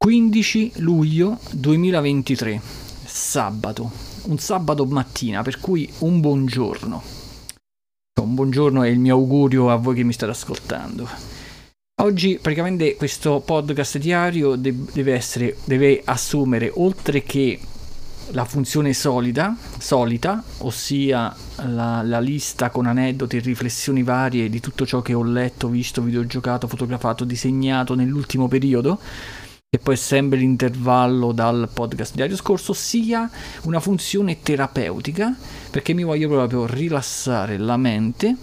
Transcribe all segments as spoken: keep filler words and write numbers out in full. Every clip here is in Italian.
quindici luglio duemilaventitré, sabato, un sabato mattina, per cui un buongiorno. Un buongiorno è il mio augurio a voi che mi state ascoltando. Oggi praticamente questo podcast diario deve essere, deve assumere, oltre che la funzione solita, solita ossia la, la lista con aneddoti e riflessioni varie di tutto ciò che ho letto, visto, videogiocato, fotografato, disegnato nell'ultimo periodo, che poi è sempre l'intervallo dal podcast diario scorso, sia una funzione terapeutica, perché mi voglio proprio rilassare la mente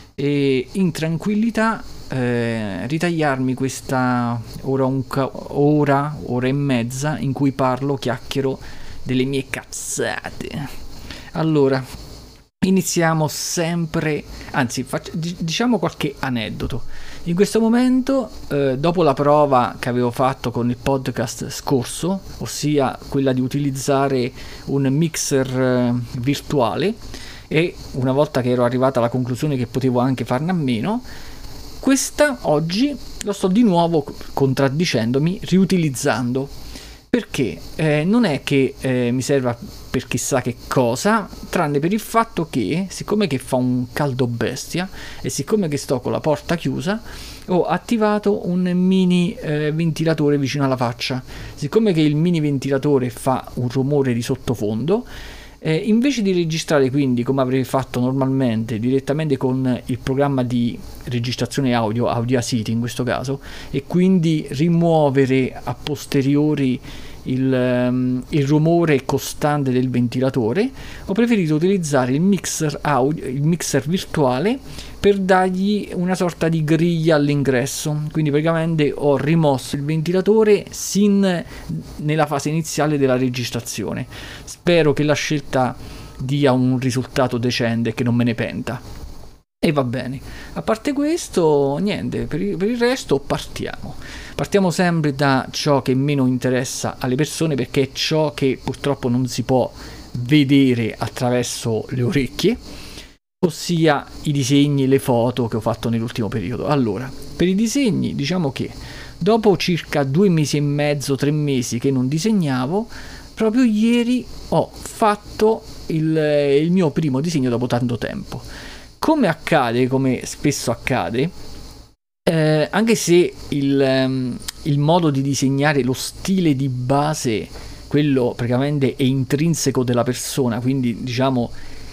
e in tranquillità eh, ritagliarmi questa ora, un ca- ora, ora e mezza in cui parlo, chiacchiero delle mie cazzate. Allora, iniziamo sempre, anzi faccio, diciamo qualche aneddoto. In questo momento, eh, dopo la prova che avevo fatto con il podcast scorso, ossia quella di utilizzare un mixer eh, virtuale, e una volta che ero arrivata alla conclusione che potevo anche farne a meno, questa oggi lo sto di nuovo contraddicendomi, riutilizzando. Perché eh, non è che eh, mi serva per chissà che cosa, tranne per il fatto che, siccome che fa un caldo bestia e siccome che sto con la porta chiusa, ho attivato un mini eh, ventilatore vicino alla faccia. Siccome che il mini ventilatore fa un rumore di sottofondo, eh, invece di registrare quindi come avrei fatto normalmente direttamente con il programma di registrazione audio, Audacity in questo caso, e quindi rimuovere a posteriori il, um, il rumore costante del ventilatore, ho preferito utilizzare il mixer audio, il mixer virtuale, per dargli una sorta di griglia all'ingresso. Quindi praticamente ho rimosso il ventilatore sin nella fase iniziale della registrazione. Spero che la scelta dia un risultato decente e che non me ne penta. E va bene, a parte questo, niente, per il, per il resto partiamo. Partiamo sempre da ciò che meno interessa alle persone, perché è ciò che purtroppo non si può vedere attraverso le orecchie, ossia i disegni, le foto che ho fatto nell'ultimo periodo. Allora, per i disegni, diciamo che dopo circa due mesi e mezzo, tre mesi che non disegnavo, proprio ieri ho fatto il, il mio primo disegno dopo tanto tempo. Come accade, come spesso accade, eh, anche se il, um, il modo di disegnare, lo stile di base, quello praticamente è intrinseco della persona, quindi diciamo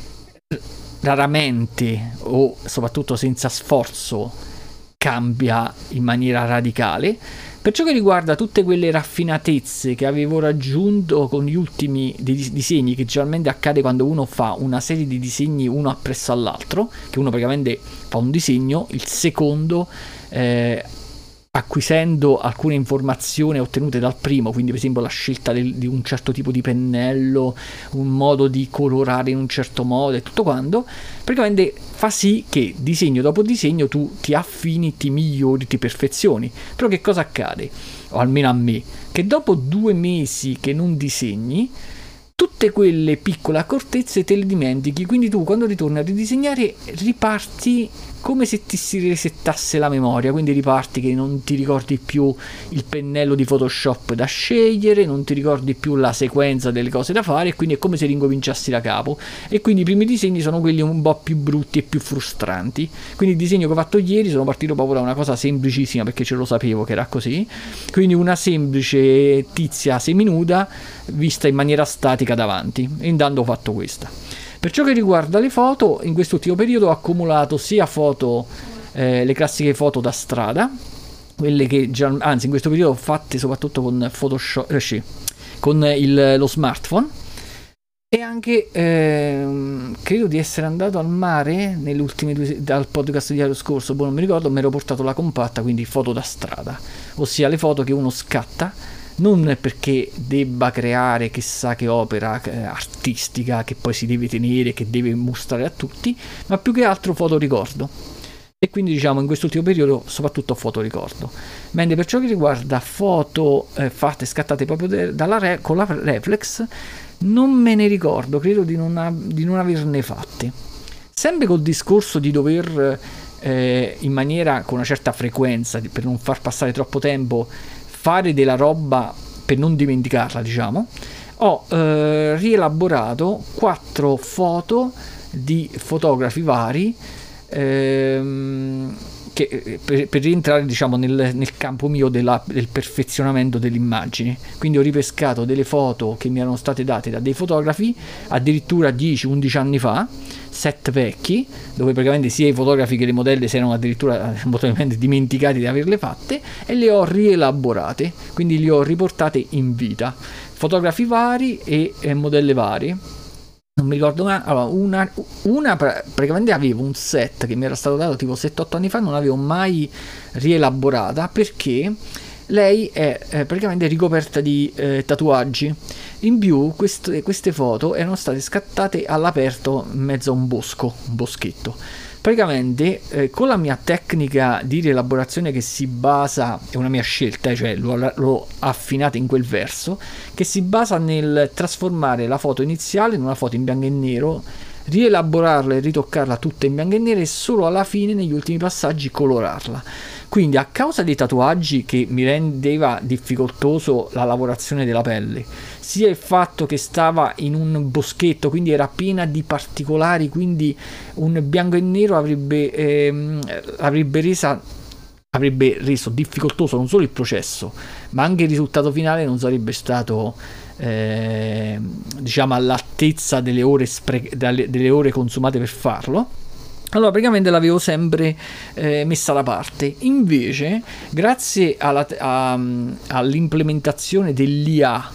raramente o soprattutto senza sforzo cambia in maniera radicale. Per ciò che riguarda tutte quelle raffinatezze che avevo raggiunto con gli ultimi disegni, che generalmente accade quando uno fa una serie di disegni uno appresso all'altro, che uno praticamente fa un disegno, il secondo eh, acquisendo alcune informazioni ottenute dal primo, quindi per esempio la scelta del, di un certo tipo di pennello, un modo di colorare in un certo modo e tutto quanto, praticamente fa sì che disegno dopo disegno tu ti affini, ti migliori, ti perfezioni. Però che cosa accade? O almeno a me, che dopo due mesi che non disegni, tutte quelle piccole accortezze te le dimentichi, quindi tu quando ritorni a ridisegnare riparti come se ti si resettasse la memoria, quindi riparti che non ti ricordi più il pennello di Photoshop da scegliere, non ti ricordi più la sequenza delle cose da fare, e quindi è come se rincominciassi da capo. E quindi i primi disegni sono quelli un po' più brutti e più frustranti. Quindi il disegno che ho fatto ieri, sono partito proprio da una cosa semplicissima, perché ce lo sapevo che era così, quindi una semplice tizia seminuda vista in maniera statica davanti, e intanto ho fatto questa. Per ciò che riguarda le foto, in quest'ultimo periodo ho accumulato sia foto, eh, le classiche foto da strada, quelle che già, anzi in questo periodo ho fatte soprattutto con Photoshop, eh, sì, con il, lo smartphone, e anche eh, credo di essere andato al mare nelle ultime due, dal podcast diario scorso, boh, non mi ricordo, mi ero portato la compatta, quindi foto da strada, ossia le foto che uno scatta non perché debba creare chissà che opera eh, artistica che poi si deve tenere, che deve mostrare a tutti, ma più che altro fotoricordo. E quindi diciamo in quest'ultimo periodo soprattutto fotoricordo. Mentre per ciò che riguarda foto eh, fatte, scattate proprio de- dalla re- con la reflex, non me ne ricordo, credo di non, ha- di non averne fatte. Sempre col discorso di dover eh, in maniera con una certa frequenza, per non far passare troppo tempo, fare della roba per non dimenticarla, diciamo, ho eh, rielaborato quattro foto di fotografi vari, ehm, che, per, per rientrare, diciamo, nel, nel campo mio della, del perfezionamento dell'immagine. Quindi ho ripescato delle foto che mi erano state date da dei fotografi addirittura dieci undici anni fa, set vecchi, dove praticamente sia i fotografi che le modelle si erano addirittura dimenticati di averle fatte, e le ho rielaborate, quindi le ho riportate in vita. Fotografi vari e, e modelle varie. Non mi ricordo mai. Allora, una, una praticamente avevo un set che mi era stato dato tipo sette otto anni fa, non l'avevo mai rielaborata perché lei è eh, praticamente ricoperta di eh, tatuaggi. In più queste, queste foto erano state scattate all'aperto in mezzo a un bosco, un boschetto. Praticamente eh, con la mia tecnica di rielaborazione che si basa, è una mia scelta, cioè l'ho, l'ho affinata in quel verso, che si basa nel trasformare la foto iniziale in una foto in bianco e nero, rielaborarla e ritoccarla tutta in bianco e nero e solo alla fine, negli ultimi passaggi, colorarla. Quindi, a causa dei tatuaggi che mi rendeva difficoltoso la lavorazione della pelle, sia il fatto che stava in un boschetto, quindi era piena di particolari, quindi un bianco e nero avrebbe, ehm, avrebbe resa avrebbe reso difficoltoso non solo il processo, ma anche il risultato finale non sarebbe stato eh, diciamo all'altezza delle ore, spre- delle ore consumate per farlo. Allora praticamente l'avevo sempre eh, messa da parte. Invece, grazie alla, a, all'implementazione dell'I A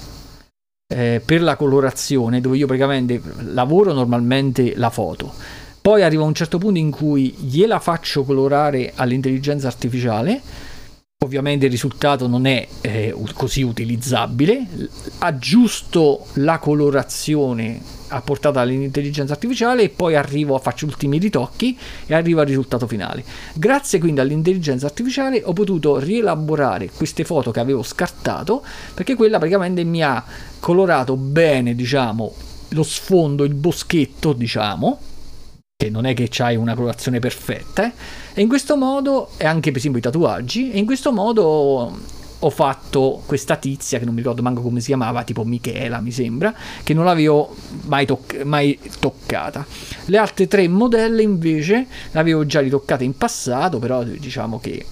eh, per la colorazione, dove io praticamente lavoro normalmente la foto, poi arriva un certo punto in cui gliela faccio colorare all'intelligenza artificiale. Ovviamente il risultato non è eh, così utilizzabile, aggiusto la colorazione apportata dall'intelligenza artificiale e poi arrivo a faccio ultimi ritocchi e arrivo al risultato finale. Grazie quindi all'intelligenza artificiale ho potuto rielaborare queste foto che avevo scartato, perché quella praticamente mi ha colorato bene, diciamo, lo sfondo, il boschetto, diciamo, che non è che c'hai una colorazione perfetta, eh? E in questo modo, e anche per esempio i tatuaggi, e in questo modo ho fatto questa tizia che non mi ricordo manco come si chiamava, tipo Michela mi sembra, che non l'avevo mai, toc- mai toccata. Le altre tre modelle invece l'avevo già ritoccate in passato, però diciamo che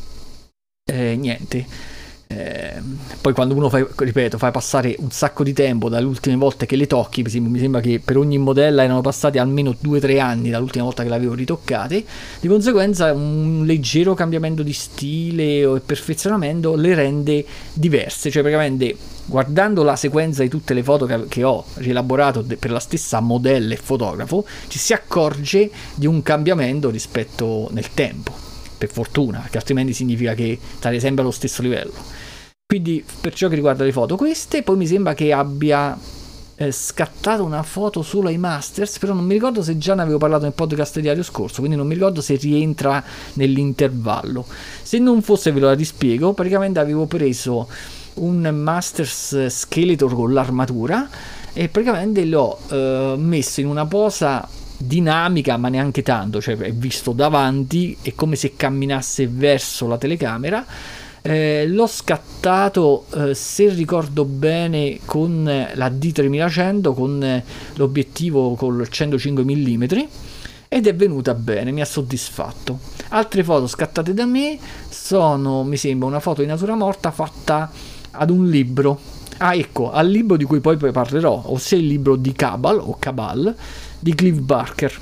eh, niente. Eh, poi quando uno fa, ripeto, fa passare un sacco di tempo dalle ultime volte che le tocchi, per esempio, mi sembra che per ogni modella erano passati almeno due tre anni dall'ultima volta che le avevo ritoccate, di conseguenza un leggero cambiamento di stile o perfezionamento le rende diverse, cioè praticamente guardando la sequenza di tutte le foto che, che ho rielaborato de- per la stessa modella e fotografo, ci si accorge di un cambiamento rispetto nel tempo, per fortuna, che altrimenti significa che sarei sempre allo stesso livello. Quindi per ciò che riguarda le foto queste, poi mi sembra che abbia eh, scattato una foto solo ai Masters, però non mi ricordo se già ne avevo parlato nel podcast diario scorso, quindi non mi ricordo se rientra nell'intervallo. Se non fosse, ve lo rispiego. Praticamente avevo preso un Masters Skeletor con l'armatura e praticamente l'ho eh, messo in una posa dinamica, ma neanche tanto, cioè è visto davanti, è come se camminasse verso la telecamera. Eh, l'ho scattato, eh, se ricordo bene, con la D tremilacento, con eh, l'obiettivo col centocinque millimetri, ed è venuta bene, mi ha soddisfatto. Altre foto scattate da me sono, mi sembra, una foto di natura morta fatta ad un libro. Ah, ecco, al libro di cui poi parlerò, ossia il libro di Cabal o Cabal di Clive Barker.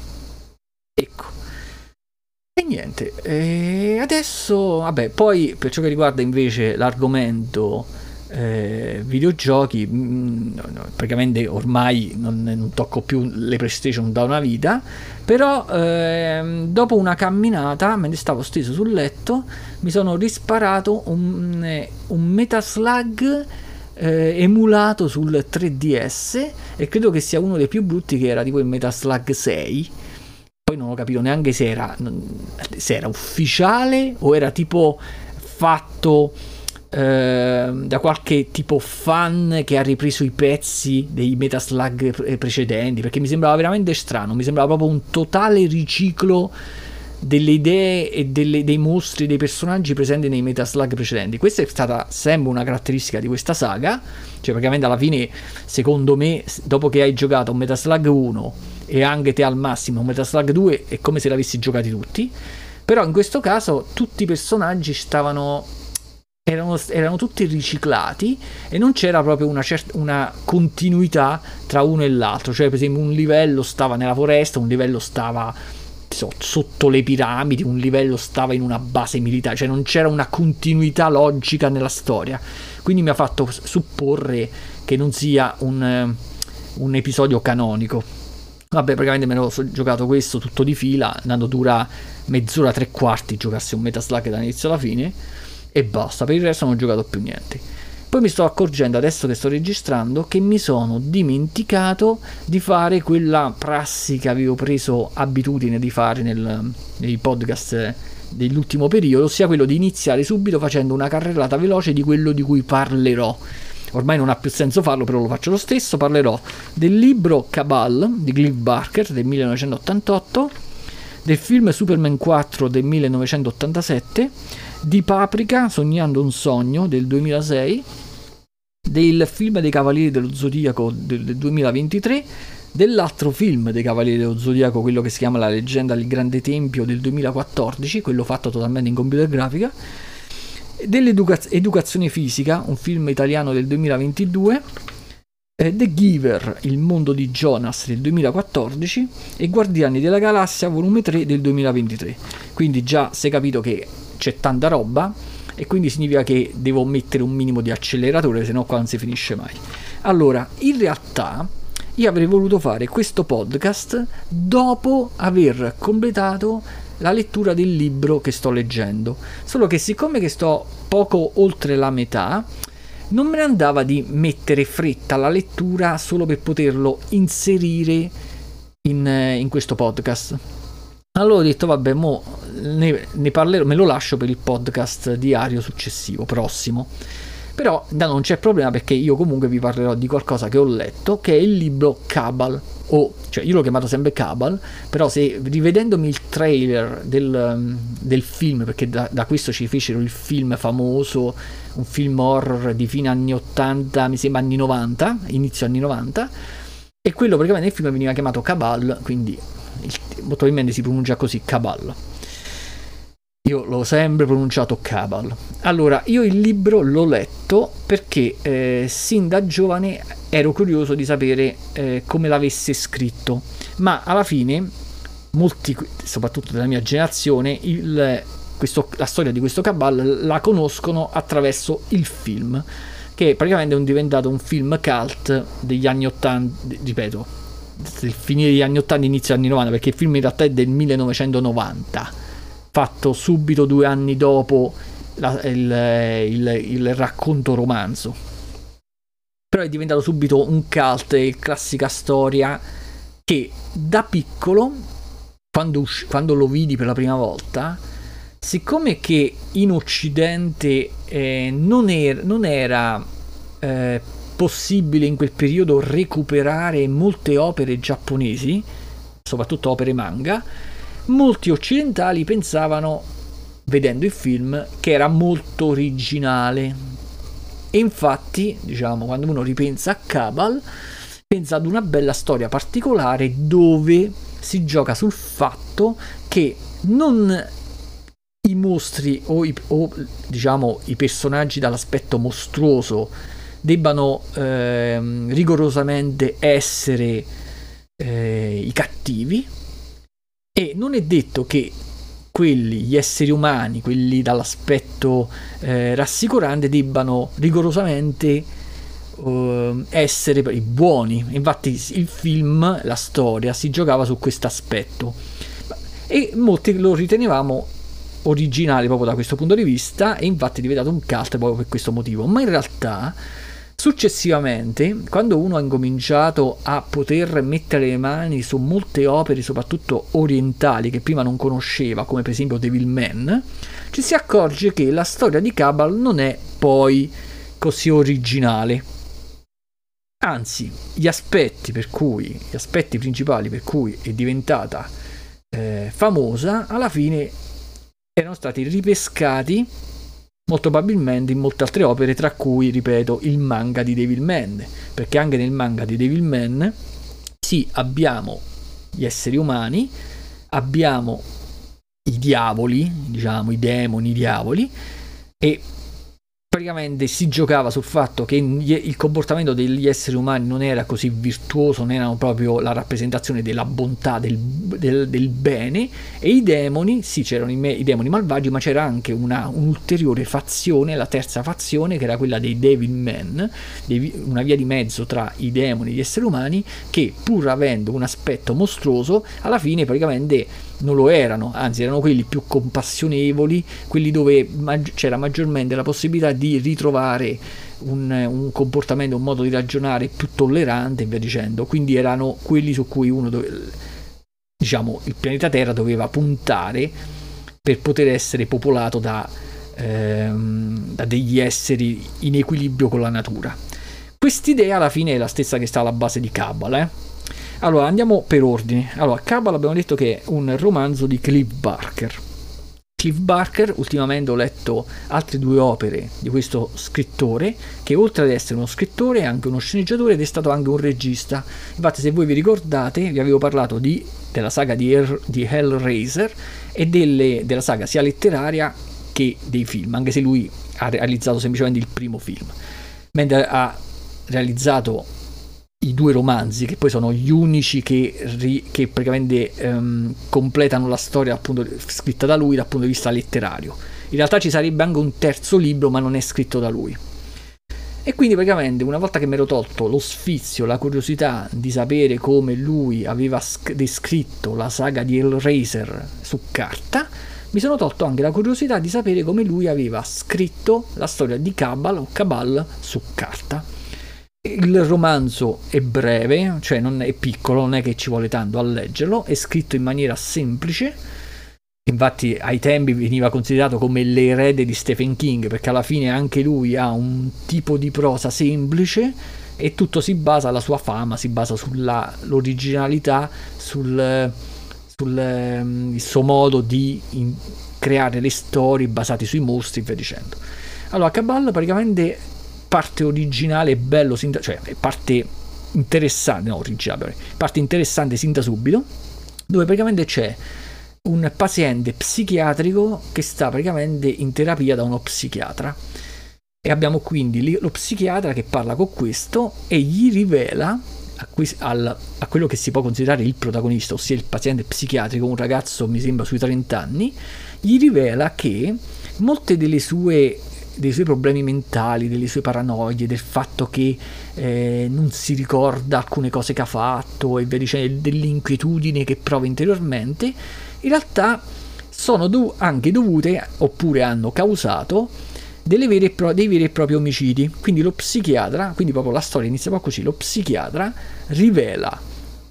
Ecco. E niente, e adesso, vabbè, poi per ciò che riguarda invece l'argomento eh, videogiochi, mh, no, praticamente ormai non, non tocco più le PlayStation da una vita, però eh, dopo una camminata, mentre stavo steso sul letto, mi sono risparato un, un Metaslug eh, emulato sul tre D S, e credo che sia uno dei più brutti, che era tipo il Metaslug sei. Poi non ho capito neanche se era, se era ufficiale o era tipo fatto eh, da qualche tipo fan che ha ripreso i pezzi dei Metaslug precedenti, perché mi sembrava veramente strano, mi sembrava proprio un totale riciclo delle idee e delle, dei mostri, dei personaggi presenti nei Metal Slug precedenti. Questa è stata sempre una caratteristica di questa saga, cioè praticamente alla fine, secondo me, dopo che hai giocato un Metal Slug uno e anche te al massimo un Metal Slug due, è come se l'avessi giocati tutti, però in questo caso tutti i personaggi stavano erano, erano tutti riciclati e non c'era proprio una, certa, una continuità tra uno e l'altro, cioè per esempio un livello stava nella foresta, un livello stava so, sotto le piramidi, un livello stava in una base militare, cioè non c'era una continuità logica nella storia, quindi mi ha fatto supporre che non sia un, un episodio canonico. Vabbè, praticamente me l'ho giocato questo tutto di fila, andando dura mezz'ora, tre quarti, giocassi un Metal Slug dall'inizio alla fine e basta, per il resto non ho giocato più niente. Poi mi sto accorgendo adesso che sto registrando che mi sono dimenticato di fare quella prassi che avevo preso abitudine di fare nel, nei podcast dell'ultimo periodo, ossia quello di iniziare subito facendo una carrellata veloce di quello di cui parlerò. Ormai non ha più senso farlo, però lo faccio lo stesso. Parlerò del libro Cabal di Clive Barker del millenovecentottantotto, del film Superman quattro del millenovecentottantasette, di Paprika, Sognando un sogno del duemilasei, del film dei Cavalieri dello Zodiaco del duemilaventitré, dell'altro film dei Cavalieri dello Zodiaco, quello che si chiama La leggenda del grande tempio del duemilaquattordici, quello fatto totalmente in computer grafica, dell'educazione fisica, un film italiano del duemilaventidue, eh, The Giver, il mondo di Jonas del duemilaquattordici e Guardiani della Galassia volume tre del duemilaventitré. Quindi già si è capito che c'è tanta roba e quindi significa che devo mettere un minimo di acceleratore, se no qua non si finisce mai. Allora, in realtà io avrei voluto fare questo podcast dopo aver completato la lettura del libro che sto leggendo, solo che siccome che sto poco oltre la metà non me ne andava di mettere fretta alla lettura solo per poterlo inserire in, in questo podcast. Allora ho detto vabbè, mo ne, ne parlerò, me lo lascio per il podcast diario successivo, prossimo. Però non c'è problema, perché io comunque vi parlerò di qualcosa che ho letto, che è il libro Cabal, o cioè io l'ho chiamato sempre Cabal, però se rivedendomi il trailer del, del film, perché da, da questo ci fecero il film famoso, un film horror di fine anni ottanta, mi sembra anni novanta, inizio anni novanta, e quello praticamente nel film veniva chiamato Cabal, quindi il, probabilmente si pronuncia così, Cabal. Io l'ho sempre pronunciato Cabal. Allora, io il libro l'ho letto perché eh, sin da giovane ero curioso di sapere eh, come l'avesse scritto, ma alla fine molti, soprattutto della mia generazione, il, questo, la storia di questo Cabal la conoscono attraverso il film, che praticamente è diventato un film cult degli anni ottanta, ripeto, del finire degli anni ottanta, inizio anni novanta, perché il film in realtà è del millenovecentonovanta, fatto subito due anni dopo la, il, il, il racconto romanzo, però è diventato subito un cult, classica storia che da piccolo, quando, usci, quando lo vidi per la prima volta, siccome che in Occidente eh, non, er, non era eh, possibile in quel periodo recuperare molte opere giapponesi, soprattutto opere manga, molti occidentali pensavano, vedendo il film, che era molto originale. E infatti, diciamo, quando uno ripensa a Cabal, pensa ad una bella storia particolare dove si gioca sul fatto che non i mostri o, i, o diciamo i personaggi dall'aspetto mostruoso debbano eh, rigorosamente essere eh, i cattivi, e non è detto che quelli, gli esseri umani, quelli dall'aspetto eh, rassicurante, debbano rigorosamente uh, essere i buoni. Infatti il film, la storia, si giocava su questo aspetto e molti lo ritenevamo originale proprio da questo punto di vista, e infatti è diventato un cult proprio per questo motivo. Ma in realtà successivamente, quando uno ha incominciato a poter mettere le mani su molte opere, soprattutto orientali, che prima non conosceva, come per esempio Devilman, ci si accorge che la storia di Cabal non è poi così originale. Anzi, gli aspetti per cui, gli aspetti principali per cui è diventata eh, eh, famosa, alla fine erano stati ripescati molto probabilmente in molte altre opere, tra cui, ripeto, il manga di Devilman, perché anche nel manga di Devilman sì, abbiamo gli esseri umani, abbiamo i diavoli, diciamo i demoni, i diavoli, e praticamente si giocava sul fatto che il comportamento degli esseri umani non era così virtuoso, non erano proprio la rappresentazione della bontà, del, del, del bene, e i demoni, sì, c'erano i, me, i demoni malvagi, ma c'era anche una un'ulteriore fazione, la terza fazione, che era quella dei Devilman, una via di mezzo tra i demoni e gli esseri umani, che pur avendo un aspetto mostruoso, alla fine praticamente non lo erano, anzi erano quelli più compassionevoli, quelli dove mag- c'era maggiormente la possibilità di ritrovare un, un comportamento, un modo di ragionare più tollerante e via dicendo. Quindi erano quelli su cui uno dove, diciamo, il pianeta Terra doveva puntare per poter essere popolato da, ehm, da degli esseri in equilibrio con la natura. Quest'idea alla fine è la stessa che sta alla base di Cabal, eh? Allora, andiamo per ordine. Allora, Cabal abbiamo detto che è un romanzo di Clive Barker. Clive Barker, ultimamente ho letto altre due opere di questo scrittore, che oltre ad essere uno scrittore è anche uno sceneggiatore ed è stato anche un regista. Infatti, se voi vi ricordate, vi avevo parlato di, della saga di, er, di Hellraiser e delle, della saga sia letteraria che dei film, anche se lui ha realizzato semplicemente il primo film, mentre ha realizzato i due romanzi che poi sono gli unici che, ri, che praticamente um, completano la storia appunto scritta da lui dal punto di vista letterario. In realtà ci sarebbe anche un terzo libro, ma non è scritto da lui. E quindi praticamente una volta che mi ero tolto lo sfizio, la curiosità di sapere come lui aveva sc- descritto la saga di Hellraiser su carta, mi sono tolto anche la curiosità di sapere come lui aveva scritto la storia di Cabal o Cabal su carta. Il romanzo è breve, cioè non è piccolo, non è che ci vuole tanto a leggerlo, è scritto in maniera semplice, infatti ai tempi veniva considerato come l'erede di Stephen King, perché alla fine anche lui ha un tipo di prosa semplice e tutto si basa, la sua fama si basa sull'originalità, sul, sul um, il suo modo di in, creare le storie basate sui mostri e via dicendo. Allora, Cabal praticamente parte originale, bello, cioè parte interessante, no, originale, parte interessante sin da subito, dove praticamente c'è un paziente psichiatrico che sta praticamente in terapia da uno psichiatra, e abbiamo quindi lo psichiatra che parla con questo e gli rivela a, que- al, a quello che si può considerare il protagonista, ossia il paziente psichiatrico, un ragazzo mi sembra sui trenta anni, gli rivela che molte delle sue dei suoi problemi mentali, delle sue paranoie, del fatto che eh, non si ricorda alcune cose che ha fatto e via dicendo, dell'inquietudine che prova interiormente, in realtà sono do- anche dovute oppure hanno causato delle vere e pro- dei veri e propri omicidi. Quindi lo psichiatra, quindi proprio la storia inizia proprio così, lo psichiatra rivela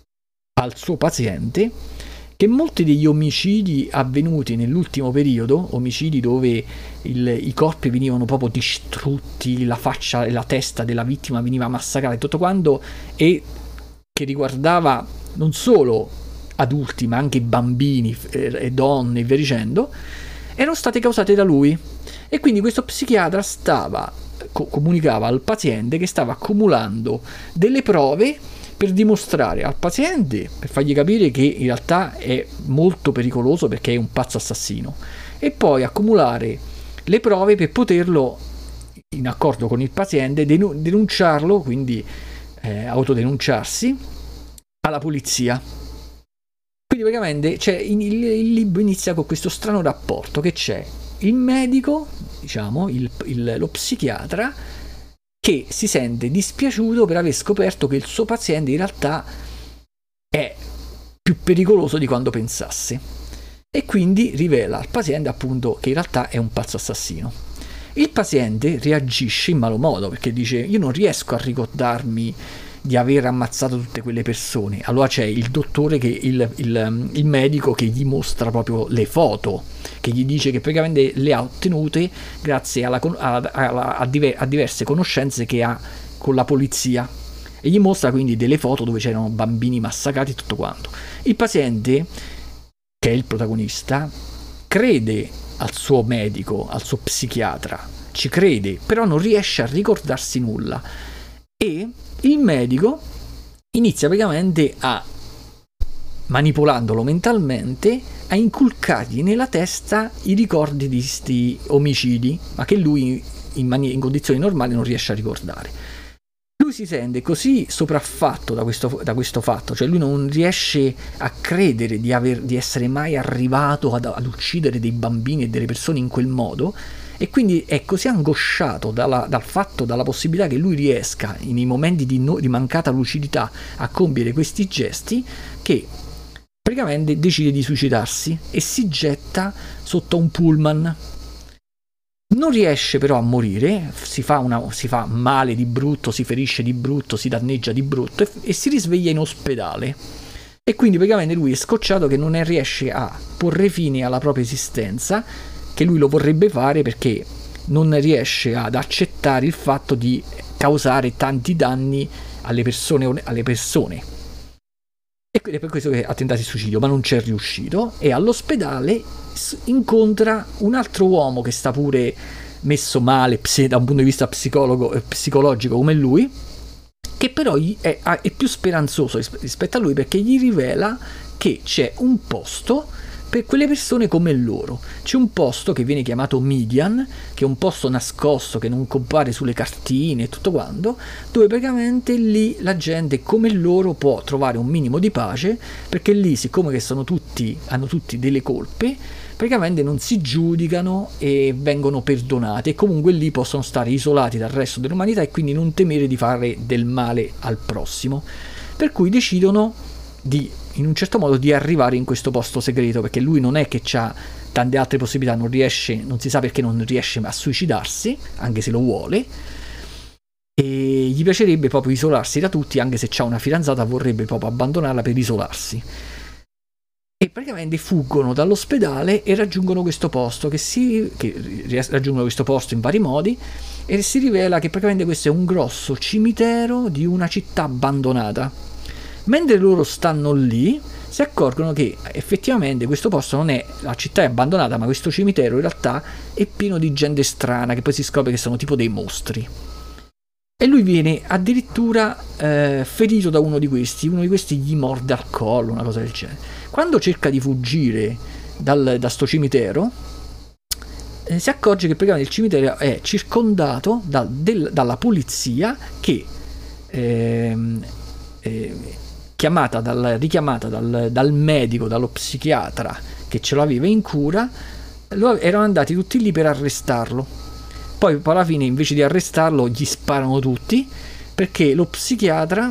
al suo paziente che molti degli omicidi avvenuti nell'ultimo periodo, omicidi dove il, i corpi venivano proprio distrutti, la faccia e la testa della vittima veniva massacrata e tutto quanto, e che riguardava non solo adulti ma anche bambini e, e donne e via dicendo, erano state causate da lui. E quindi questo psichiatra stava co- comunicava al paziente che stava accumulando delle prove per dimostrare al paziente, per fargli capire che in realtà è molto pericoloso perché è un pazzo assassino, e poi accumulare le prove per poterlo, in accordo con il paziente, denunciarlo, quindi eh, autodenunciarsi alla polizia. Quindi praticamente cioè, il, il libro inizia con questo strano rapporto che c'è il medico, diciamo, il, il, lo psichiatra, che si sente dispiaciuto per aver scoperto che il suo paziente in realtà è più pericoloso di quanto pensasse, e quindi rivela al paziente appunto che in realtà è un pazzo assassino. Il paziente reagisce in malo modo perché dice: io non riesco a ricordarmi di aver ammazzato tutte quelle persone. Allora c'è il dottore, che il, il, il medico che gli mostra proprio le foto, che gli dice che praticamente le ha ottenute grazie alla, a, a, a, diver, a diverse conoscenze che ha con la polizia, e gli mostra quindi delle foto dove c'erano bambini massacrati e tutto quanto. Il paziente che è il protagonista, crede al suo medico, al suo psichiatra, ci crede, però non riesce a ricordarsi nulla, e il medico inizia praticamente a, manipolandolo mentalmente, a inculcargli nella testa i ricordi di questi omicidi, ma che lui in, mani- in condizioni normali non riesce a ricordare. Lui si sente così sopraffatto da questo, da questo fatto, cioè lui non riesce a credere di, aver, di essere mai arrivato ad, ad uccidere dei bambini e delle persone in quel modo, e quindi è così angosciato dalla, dal fatto, dalla possibilità che lui riesca nei momenti di, no, di mancata lucidità a compiere questi gesti, che praticamente decide di suicidarsi e si getta sotto un pullman. Non riesce però a morire, si fa, una, si fa male di brutto, si ferisce di brutto, si danneggia di brutto e, e si risveglia in ospedale. E quindi praticamente lui è scocciato che non è, riesce a porre fine alla propria esistenza, che lui lo vorrebbe fare perché non riesce ad accettare il fatto di causare tanti danni alle persone, alle persone. E quindi è per questo che ha tentato il suicidio, ma non c'è riuscito, e all'ospedale incontra un altro uomo che sta pure messo male da un punto di vista psicologo, psicologico come lui, che però è, è più speranzoso rispetto a lui, perché gli rivela che c'è un posto per quelle persone come loro. C'è un posto che viene chiamato Midian, che è un posto nascosto che non compare sulle cartine e tutto quanto, dove praticamente lì la gente come loro può trovare un minimo di pace, perché lì, siccome che sono tutti, hanno tutti delle colpe, praticamente non si giudicano e vengono perdonati, e comunque lì possono stare isolati dal resto dell'umanità e quindi non temere di fare del male al prossimo. Per cui decidono di, in un certo modo, di arrivare in questo posto segreto, perché lui non è che ha tante altre possibilità, non riesce, non si sa perché non riesce a suicidarsi, anche se lo vuole, e gli piacerebbe proprio isolarsi da tutti, anche se c'ha una fidanzata vorrebbe proprio abbandonarla per isolarsi. E praticamente fuggono dall'ospedale e raggiungono questo posto, che si che raggiungono questo posto in vari modi, e si rivela che praticamente questo è un grosso cimitero di una città abbandonata. Mentre loro stanno lì, si accorgono che effettivamente questo posto non è, la città è abbandonata, ma questo cimitero in realtà è pieno di gente strana, che poi si scopre che sono tipo dei mostri. E lui viene addirittura eh, ferito da uno di questi, uno di questi gli morde al collo, una cosa del genere. Quando cerca di fuggire dal, da sto cimitero, eh, si accorge che praticamente il cimitero è circondato da, del, dalla polizia che, eh, eh, chiamata dal, richiamata dal, dal medico, dallo psichiatra che ce l'aveva in cura, lo, erano andati tutti lì per arrestarlo. Poi, poi alla fine, invece di arrestarlo, gli sparano tutti, perché lo psichiatra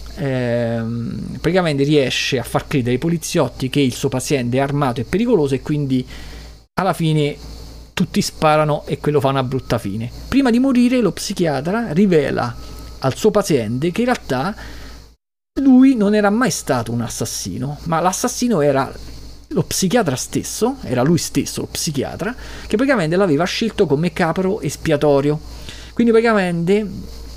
ehm, praticamente riesce a far credere ai poliziotti che il suo paziente è armato e pericoloso, e quindi alla fine tutti sparano e quello fa una brutta fine. Prima di morire, lo psichiatra rivela al suo paziente che in realtà lui non era mai stato un assassino, ma l'assassino era lo psichiatra stesso, era lui stesso, lo psichiatra, che praticamente l'aveva scelto come capro espiatorio. Quindi praticamente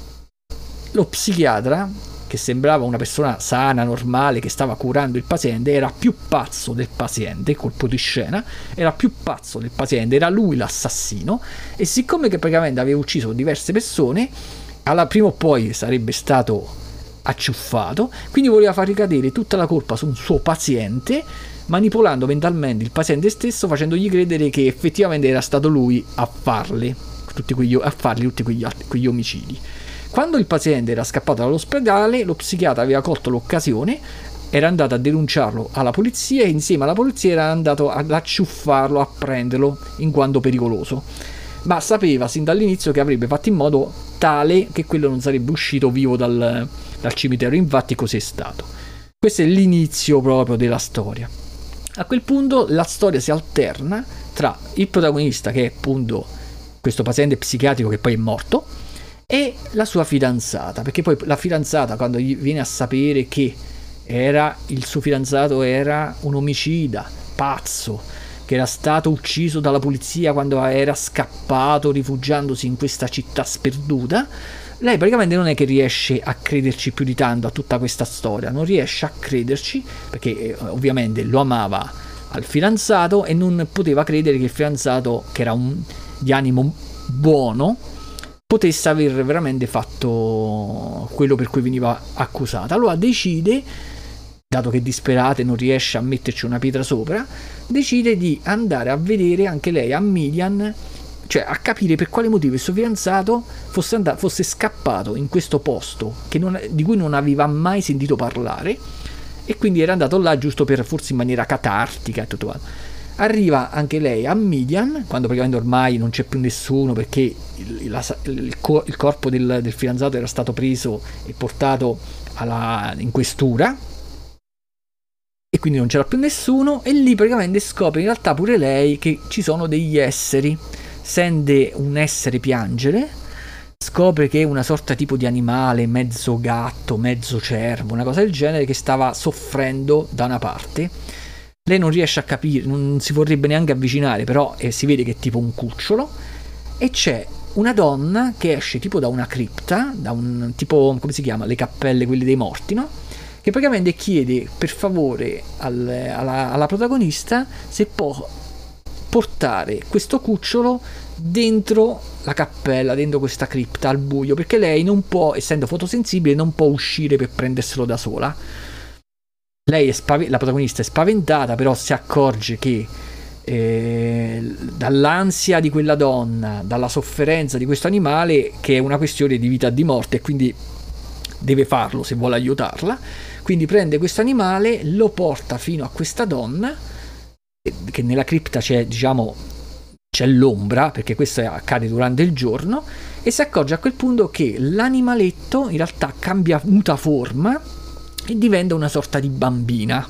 lo psichiatra, che sembrava una persona sana, normale, che stava curando il paziente, era più pazzo del paziente, colpo di scena, era più pazzo del paziente, era lui l'assassino, e siccome che praticamente aveva ucciso diverse persone, alla prima o poi sarebbe stato acciuffato, quindi voleva far ricadere tutta la colpa su un suo paziente, manipolando mentalmente il paziente stesso, facendogli credere che effettivamente era stato lui a farle tutti quegli, a fargli tutti quegli, quegli omicidi. Quando il paziente era scappato dall'ospedale, lo psichiatra aveva colto l'occasione, era andato a denunciarlo alla polizia, e insieme alla polizia era andato ad acciuffarlo, a prenderlo in quanto pericoloso, ma sapeva sin dall'inizio che avrebbe fatto in modo tale che quello non sarebbe uscito vivo dal, dal cimitero. Infatti così è stato. Questo è l'inizio proprio della storia. A quel punto la storia si alterna tra il protagonista, che è appunto questo paziente psichiatrico che poi è morto, e la sua fidanzata, perché poi la fidanzata, quando gli viene a sapere che era il suo fidanzato era un omicida pazzo, che era stato ucciso dalla polizia quando era scappato rifugiandosi in questa città sperduta, lei praticamente non è che riesce a crederci più di tanto a tutta questa storia, non riesce a crederci perché eh, ovviamente lo amava al fidanzato e non poteva credere che il fidanzato, che era un di animo buono, potesse aver veramente fatto quello per cui veniva accusata. Allora decide, dato che è disperata e non riesce a metterci una pietra sopra, decide di andare a vedere anche lei a Midian, cioè a capire per quale motivo il suo fidanzato fosse, andato, fosse scappato in questo posto che non, di cui non aveva mai sentito parlare, e quindi era andato là giusto per, forse in maniera catartica e tutto quanto. Arriva anche lei a Midian, quando praticamente ormai non c'è più nessuno, perché il, la, il, il corpo del, del fidanzato era stato preso e portato alla, in questura, e quindi non c'era più nessuno, e lì praticamente scopre in realtà pure lei che ci sono degli esseri. Sente un essere piangere, scopre che è una sorta tipo di animale, mezzo gatto, mezzo cervo, una cosa del genere, che stava soffrendo da una parte. Lei non riesce a capire, non si vorrebbe neanche avvicinare, però eh, si vede che è tipo un cucciolo, e c'è una donna che esce tipo da una cripta, da un tipo, come si chiama, le cappelle, quelle dei morti, no? Che praticamente chiede per favore al, alla, alla protagonista se può portare questo cucciolo dentro la cappella, dentro questa cripta al buio, perché lei non può, essendo fotosensibile, non può uscire per prenderselo da sola. Lei è spav- la protagonista è spaventata, però si accorge che eh, dall'ansia di quella donna, dalla sofferenza di questo animale, che è una questione di vita e di morte, e quindi deve farlo se vuole aiutarla. Quindi prende questo animale, lo porta fino a questa donna, che nella cripta c'è, diciamo, c'è l'ombra, perché questo accade durante il giorno, e si accorge a quel punto che l'animaletto in realtà cambia, muta forma e diventa una sorta di bambina,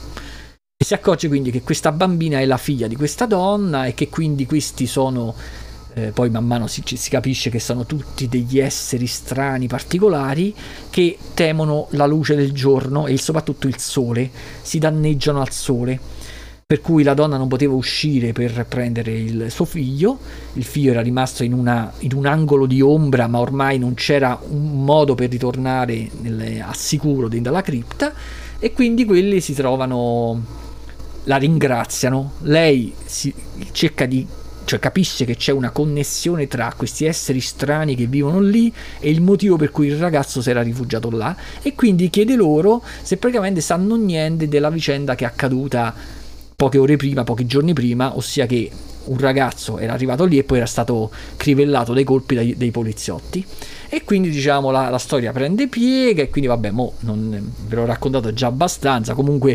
e si accorge quindi che questa bambina è la figlia di questa donna, e che quindi questi sono eh, poi man mano si, si capisce che sono tutti degli esseri strani, particolari, che temono la luce del giorno e soprattutto il sole, si danneggiano al sole. Per cui la donna non poteva uscire per prendere il suo figlio, il figlio era rimasto in, una, in un angolo di ombra, ma ormai non c'era un modo per ritornare nelle, a sicuro dentro la cripta, e quindi quelli si trovano, la ringraziano. Lei si, cerca di, cioè capisce che c'è una connessione tra questi esseri strani che vivono lì e il motivo per cui il ragazzo si era rifugiato là, e quindi chiede loro se praticamente sanno niente della vicenda che è accaduta poche ore prima, pochi giorni prima, ossia che un ragazzo era arrivato lì e poi era stato crivellato dai colpi dai, dei poliziotti. E quindi diciamo la, la storia prende piega, e quindi vabbè, mo non ve l'ho raccontato già abbastanza. Comunque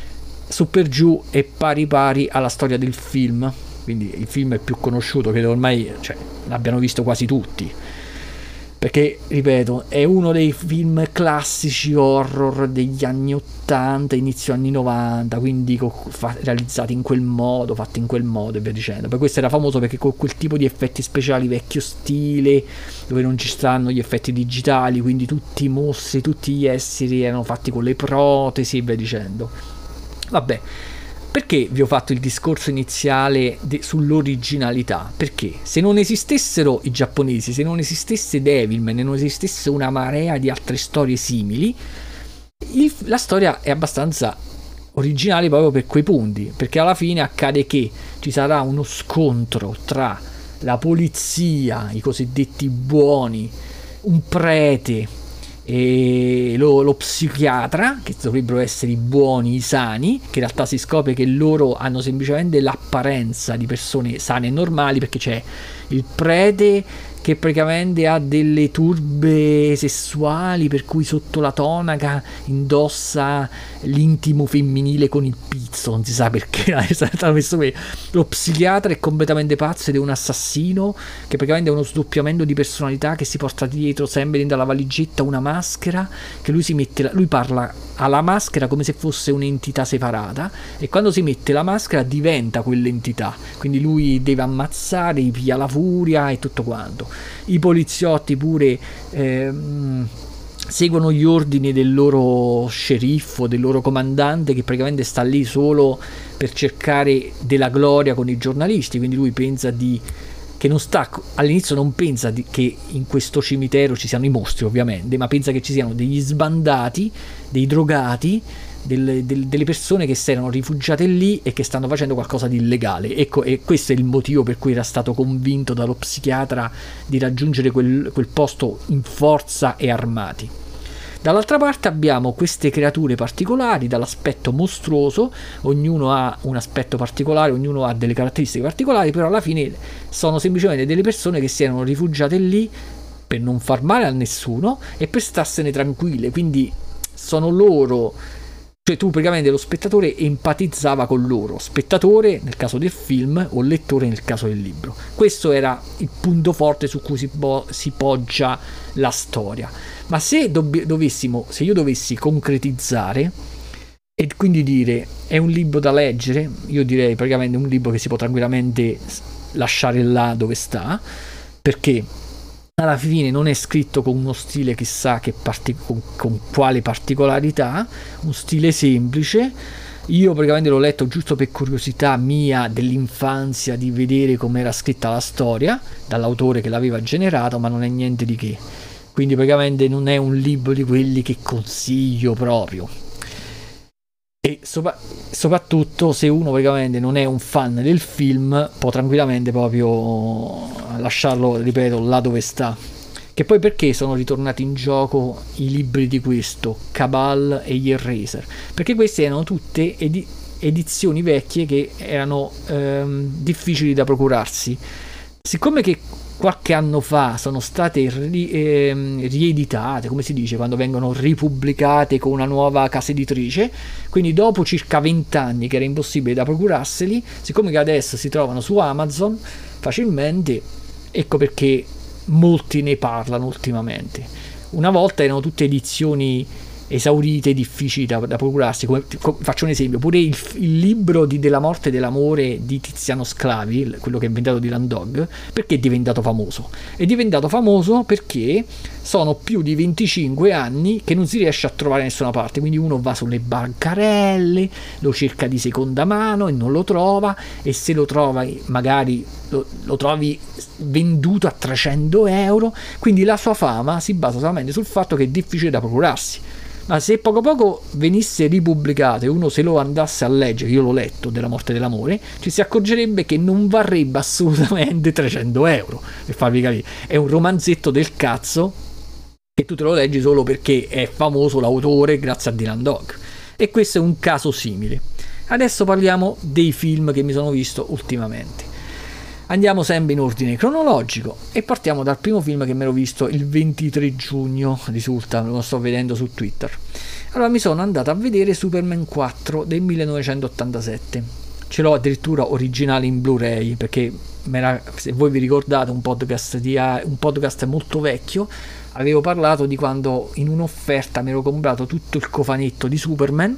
su per giù è pari pari alla storia del film, quindi il film è più conosciuto, credo ormai, cioè, l'abbiano visto quasi tutti, perché ripeto è uno dei film classici horror degli anni ottanta, inizio anni novanta, quindi co- fa- realizzati in quel modo, fatti in quel modo e via dicendo. Poi questo era famoso perché con quel tipo di effetti speciali vecchio stile, dove non ci stanno gli effetti digitali, quindi tutti i mostri, tutti gli esseri erano fatti con le protesi e via dicendo. Vabbè, perché vi ho fatto il discorso iniziale de- sull'originalità? Perché se non esistessero i giapponesi, se non esistesse Devilman e non esistesse una marea di altre storie simili, il, la storia è abbastanza originale proprio per quei punti, perché alla fine accade che ci sarà uno scontro tra la polizia, i cosiddetti buoni, un prete e lo, lo psichiatra, che dovrebbero essere i buoni, i sani, che in realtà si scopre che loro hanno semplicemente l'apparenza di persone sane e normali, perché c'è il prete che praticamente ha delle turbe sessuali, per cui sotto la tonaca indossa l'intimo femminile con il pizzo, non si sa perché è stato messo qui. Lo psichiatra è completamente pazzo ed è un assassino, che praticamente è uno sdoppiamento di personalità, che si porta dietro sempre dentro la valigetta una maschera, che lui si mette, lui parla alla maschera come se fosse un'entità separata, e quando si mette la maschera diventa quell'entità, quindi lui deve ammazzare, gli piglia la furia e tutto quanto. I poliziotti pure ehm, seguono gli ordini del loro sceriffo, del loro comandante, che praticamente sta lì solo per cercare della gloria con i giornalisti, quindi lui pensa di che non sta, all'inizio non pensa di, che in questo cimitero ci siano i mostri ovviamente, ma pensa che ci siano degli sbandati, dei drogati, delle, del, delle persone che si erano rifugiate lì e che stanno facendo qualcosa di illegale. Ecco, e questo è il motivo per cui era stato convinto dallo psichiatra di raggiungere quel, quel posto in forza e armati. Dall'altra parte abbiamo queste creature particolari dall'aspetto mostruoso, ognuno ha un aspetto particolare, ognuno ha delle caratteristiche particolari, però alla fine sono semplicemente delle persone che si erano rifugiate lì per non far male a nessuno e per starsene tranquille, quindi sono loro, cioè tu praticamente lo spettatore empatizzava con loro, spettatore nel caso del film o lettore nel caso del libro. Questo era il punto forte su cui si, po- si poggia la storia. Ma se dobb- dovessimo, se io dovessi concretizzare e quindi dire è un libro da leggere, io direi praticamente un libro che si può tranquillamente lasciare là dove sta, perché alla fine non è scritto con uno stile chissà che partic- con, con quale particolarità, un stile semplice. Io praticamente l'ho letto giusto per curiosità mia dell'infanzia, di vedere com'era scritta la storia dall'autore che l'aveva generato, ma non è niente di che. Quindi praticamente non è un libro di quelli che consiglio proprio. E sopra- soprattutto se uno praticamente non è un fan del film, può tranquillamente proprio lasciarlo, ripeto, là dove sta. Che poi perché sono ritornati in gioco i libri di questo, Cabal e gli Eraser? Perché queste erano tutte edi- edizioni vecchie che erano ehm, difficili da procurarsi. Siccome che qualche anno fa sono state ri- ehm, rieditate, come si dice, quando vengono ripubblicate con una nuova casa editrice, quindi dopo circa venti anni che era impossibile da procurarseli, siccome che adesso si trovano su Amazon facilmente, ecco perché molti ne parlano ultimamente. Una volta erano tutte edizioni esaurite, difficili da, da procurarsi, come, co- faccio un esempio, pure il, il libro di Della morte e dell'amore di Tiziano Sclavi, quello che ha inventato Dylan Dog, perché è diventato famoso? È diventato famoso perché sono più di venticinque anni che non si riesce a trovare da nessuna parte, quindi uno va sulle bancarelle, lo cerca di seconda mano e non lo trova, e se lo trova magari lo, lo trovi venduto a trecento euro, quindi la sua fama si basa solamente sul fatto che è difficile da procurarsi. Ma se poco poco venisse ripubblicato e uno se lo andasse a leggere, io l'ho letto, Della morte e dell'amore, ci si accorgerebbe che non varrebbe assolutamente trecento euro, per farvi capire. È un romanzetto del cazzo che tu te lo leggi solo perché è famoso l'autore grazie a Dylan Dog. E questo è un caso simile. Adesso parliamo dei film che mi sono visto ultimamente. Andiamo sempre in ordine cronologico e partiamo dal primo film che mi ero visto il ventitré giugno, risulta, lo sto vedendo su Twitter. Allora mi sono andato a vedere Superman quattro del millenovecentottantasette. Ce l'ho addirittura originale in Blu-ray, perché se voi vi ricordate un podcast, di, un podcast molto vecchio, avevo parlato di quando in un'offerta mi ero comprato tutto il cofanetto di Superman,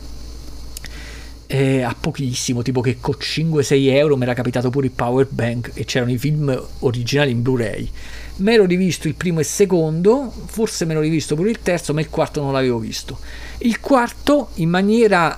Eh, a pochissimo, tipo che con cinque sei euro mi era capitato pure il power bank e c'erano i film originali in Blu-ray. Mi ero rivisto il primo e il secondo, forse me l'ho rivisto pure il terzo, ma il quarto non l'avevo visto. Il quarto, in maniera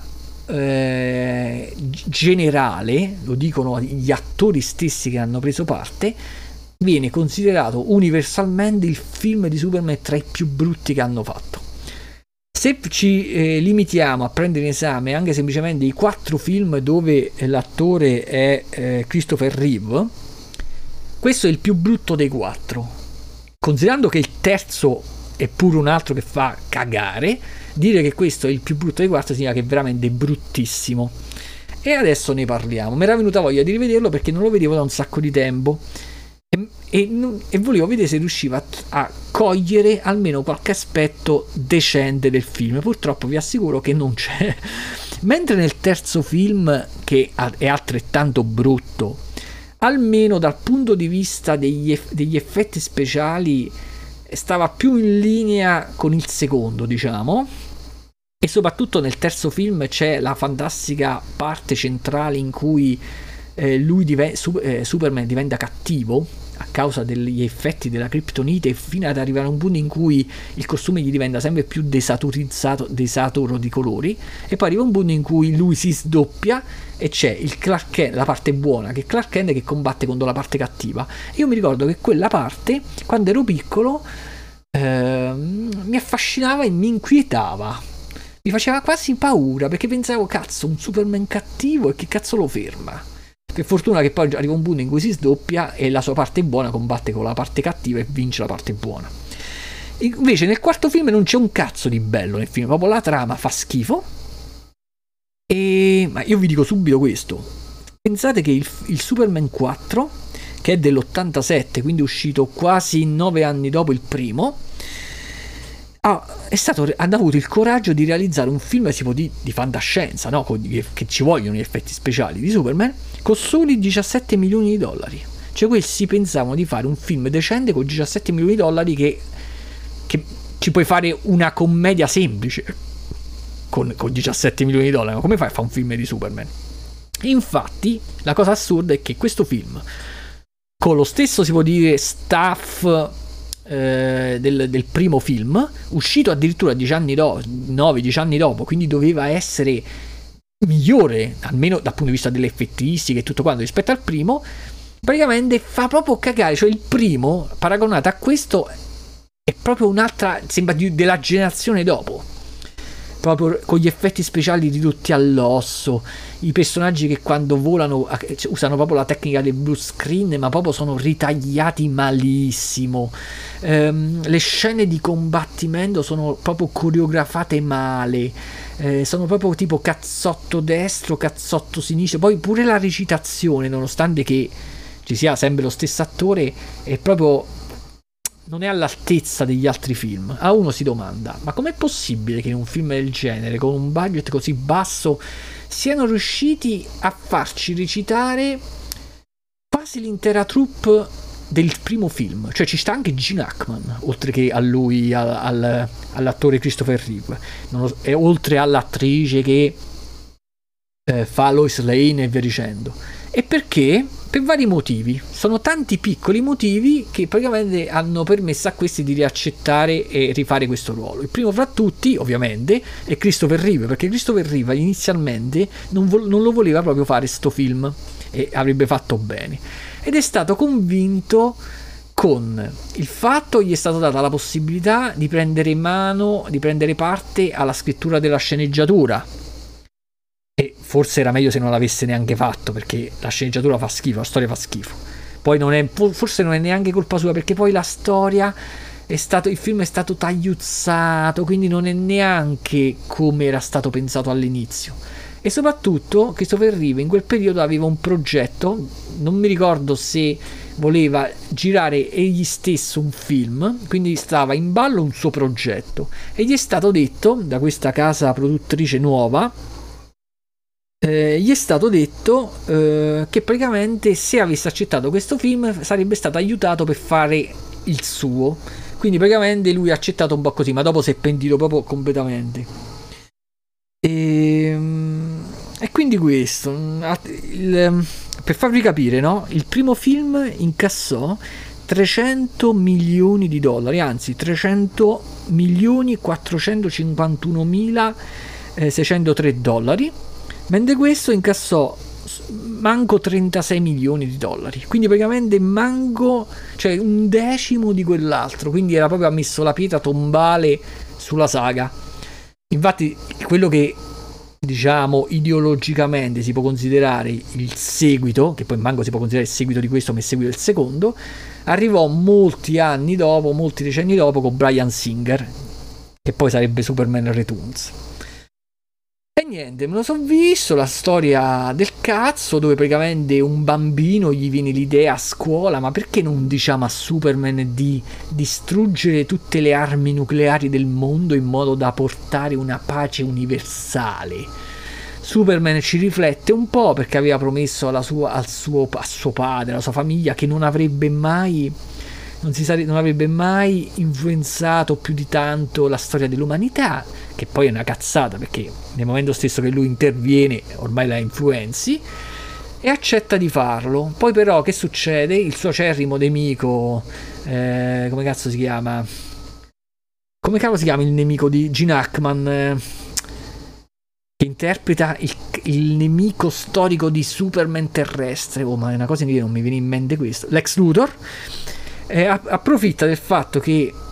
eh, generale, lo dicono gli attori stessi che hanno preso parte, viene considerato universalmente il film di Superman tra i più brutti che hanno fatto. Se ci eh, limitiamo a prendere in esame anche semplicemente i quattro film dove l'attore è eh, Christopher Reeve, questo è il più brutto dei quattro. Considerando che il terzo è pure un altro che fa cagare, dire che questo è il più brutto dei quattro significa che è veramente bruttissimo. E adesso ne parliamo. Mi era venuta voglia di rivederlo perché non lo vedevo da un sacco di tempo. E, e, e volevo vedere se riusciva a, a cogliere almeno qualche aspetto decente del film. Purtroppo vi assicuro che non c'è. Mentre nel terzo film, che è altrettanto brutto, almeno dal punto di vista degli, eff- degli effetti speciali stava più in linea con il secondo, diciamo. E soprattutto nel terzo film c'è la fantastica parte centrale in cui eh, lui div- su- eh, Superman diventa cattivo a causa degli effetti della criptonite, fino ad arrivare a un punto in cui il costume gli diventa sempre più desaturizzato, desaturo di colori, e poi arriva un punto in cui lui si sdoppia e c'è il Clark Kent, la parte buona, che è Clark Kent che combatte contro la parte cattiva. Io mi ricordo che quella parte, quando ero piccolo, eh, mi affascinava e mi inquietava, mi faceva quasi paura, perché pensavo, cazzo, un Superman cattivo e che cazzo lo ferma? Per fortuna che poi arriva un punto in cui si sdoppia e la sua parte buona combatte con la parte cattiva e vince la parte buona. Invece nel quarto film non c'è un cazzo di bello nel film, proprio la trama fa schifo. E ma io vi dico subito questo: pensate che il, il Superman quattro, che è dell'ottantasette, quindi è uscito quasi nove anni dopo il primo, ha, è stato, ha avuto il coraggio di realizzare un film tipo di, di fantascienza, no? Con, che ci vogliono gli effetti speciali di Superman, con soli diciassette milioni di dollari. Cioè questi pensavano di fare un film decente con diciassette milioni di dollari, che, che ci puoi fare una commedia semplice con, con diciassette milioni di dollari. Ma come fai a fare un film di Superman? Infatti la cosa assurda è che questo film, con lo stesso, si può dire, staff eh, del, del primo film, uscito addirittura dieci anni dopo, nove dieci anni dopo, quindi doveva essere migliore almeno dal punto di vista delle effettistiche e tutto quanto rispetto al primo, praticamente fa proprio cagare. Cioè il primo paragonato a questo è proprio un'altra, sembra di, della generazione dopo, proprio con gli effetti speciali ridotti all'osso, i personaggi che quando volano usano proprio la tecnica del blue screen, ma proprio sono ritagliati malissimo. Ehm, le scene di combattimento sono proprio coreografate male, eh, sono proprio tipo cazzotto destro, cazzotto sinistro. Poi pure la recitazione, nonostante che ci sia sempre lo stesso attore, è proprio, non è all'altezza degli altri film. A uno si domanda: ma com'è possibile che in un film del genere, con un budget così basso, siano riusciti a farci recitare quasi l'intera troupe del primo film? Cioè ci sta anche Gene Hackman, oltre che a lui, al, al, all'attore Christopher Reeve, non lo, e oltre all'attrice che eh, fa Lois Lane e via dicendo. E perché? Per vari motivi. Sono tanti piccoli motivi che praticamente hanno permesso a questi di riaccettare e rifare questo ruolo. Il primo fra tutti, ovviamente, è Christopher Reeve, perché Christopher Reeve inizialmente non, vo- non lo voleva proprio fare sto film e avrebbe fatto bene. Ed è stato convinto con il fatto che gli è stata data la possibilità di prendere in mano, di prendere parte alla scrittura della sceneggiatura. E forse era meglio se non l'avesse neanche fatto, perché la sceneggiatura fa schifo, la storia fa schifo. Poi non è, forse non è neanche colpa sua, perché poi la storia è stato, il film è stato tagliuzzato, quindi non è neanche come era stato pensato all'inizio. E soprattutto Christopher Reeve in quel periodo aveva un progetto, non mi ricordo se voleva girare egli stesso un film, quindi stava in ballo un suo progetto, e gli è stato detto da questa casa produttrice nuova, Eh, gli è stato detto eh, che praticamente se avesse accettato questo film sarebbe stato aiutato per fare il suo. Quindi praticamente lui ha accettato un po' così, ma dopo si è pentito proprio completamente. E, e quindi questo, il, per farvi capire, no? Il primo film incassò trecento milioni di dollari, anzi trecento milioni quattrocentocinquantunomilaseicentotre dollari, mentre questo incassò manco trentasei milioni di dollari, quindi praticamente manco, cioè un decimo di quell'altro, quindi era proprio, ha messo la pietra tombale sulla saga. Infatti quello che, diciamo, ideologicamente si può considerare il seguito, che poi manco si può considerare il seguito di questo, ma il seguito del secondo, arrivò molti anni dopo, molti decenni dopo, con Bryan Singer, che poi sarebbe Superman Returns. E niente, me lo so visto, la storia del cazzo, dove praticamente un bambino gli viene l'idea a scuola: ma perché non diciamo a Superman di distruggere tutte le armi nucleari del mondo in modo da portare una pace universale? Superman ci riflette un po', perché aveva promesso alla sua, al suo, a suo padre, alla sua famiglia, che non avrebbe mai... Non, si sare- non avrebbe mai influenzato più di tanto la storia dell'umanità, che poi è una cazzata, perché nel momento stesso che lui interviene ormai la influenzi, e accetta di farlo. Poi però che succede? Il suo acerrimo nemico, eh, come cazzo si chiama? Come cavolo si chiama il nemico di Gene Hackman, eh, che interpreta il, il nemico storico di Superman terrestre? Oh, ma è una cosa che non mi viene in mente questo. Lex Luthor. Eh, approfitta del fatto che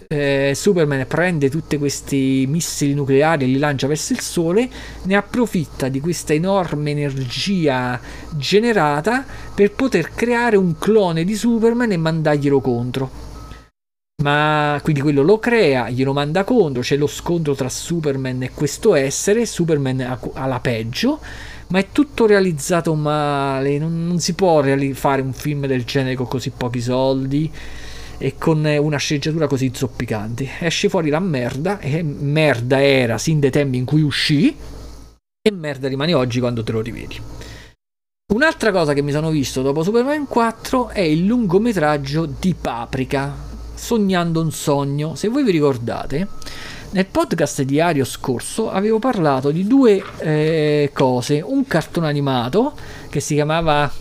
eh, Superman prende tutti questi missili nucleari e li lancia verso il sole, ne approfitta di questa enorme energia generata per poter creare un clone di Superman e mandarglielo contro. Ma quindi quello lo crea, glielo manda contro, c'è lo scontro tra Superman e questo essere. Superman ha la peggio, ma è tutto realizzato male, non, non si può reali- fare un film del genere con così pochi soldi e con una sceneggiatura così zoppicante. Esce fuori la merda, e merda era sin dai tempi in cui uscì, e merda rimane oggi quando te lo rivedi. Un'altra cosa che mi sono visto dopo Superman quattro è il lungometraggio di Paprika, Sognando un sogno. Se voi vi ricordate, nel podcast diario scorso avevo parlato di due eh, cose: un cartone animato che si chiamava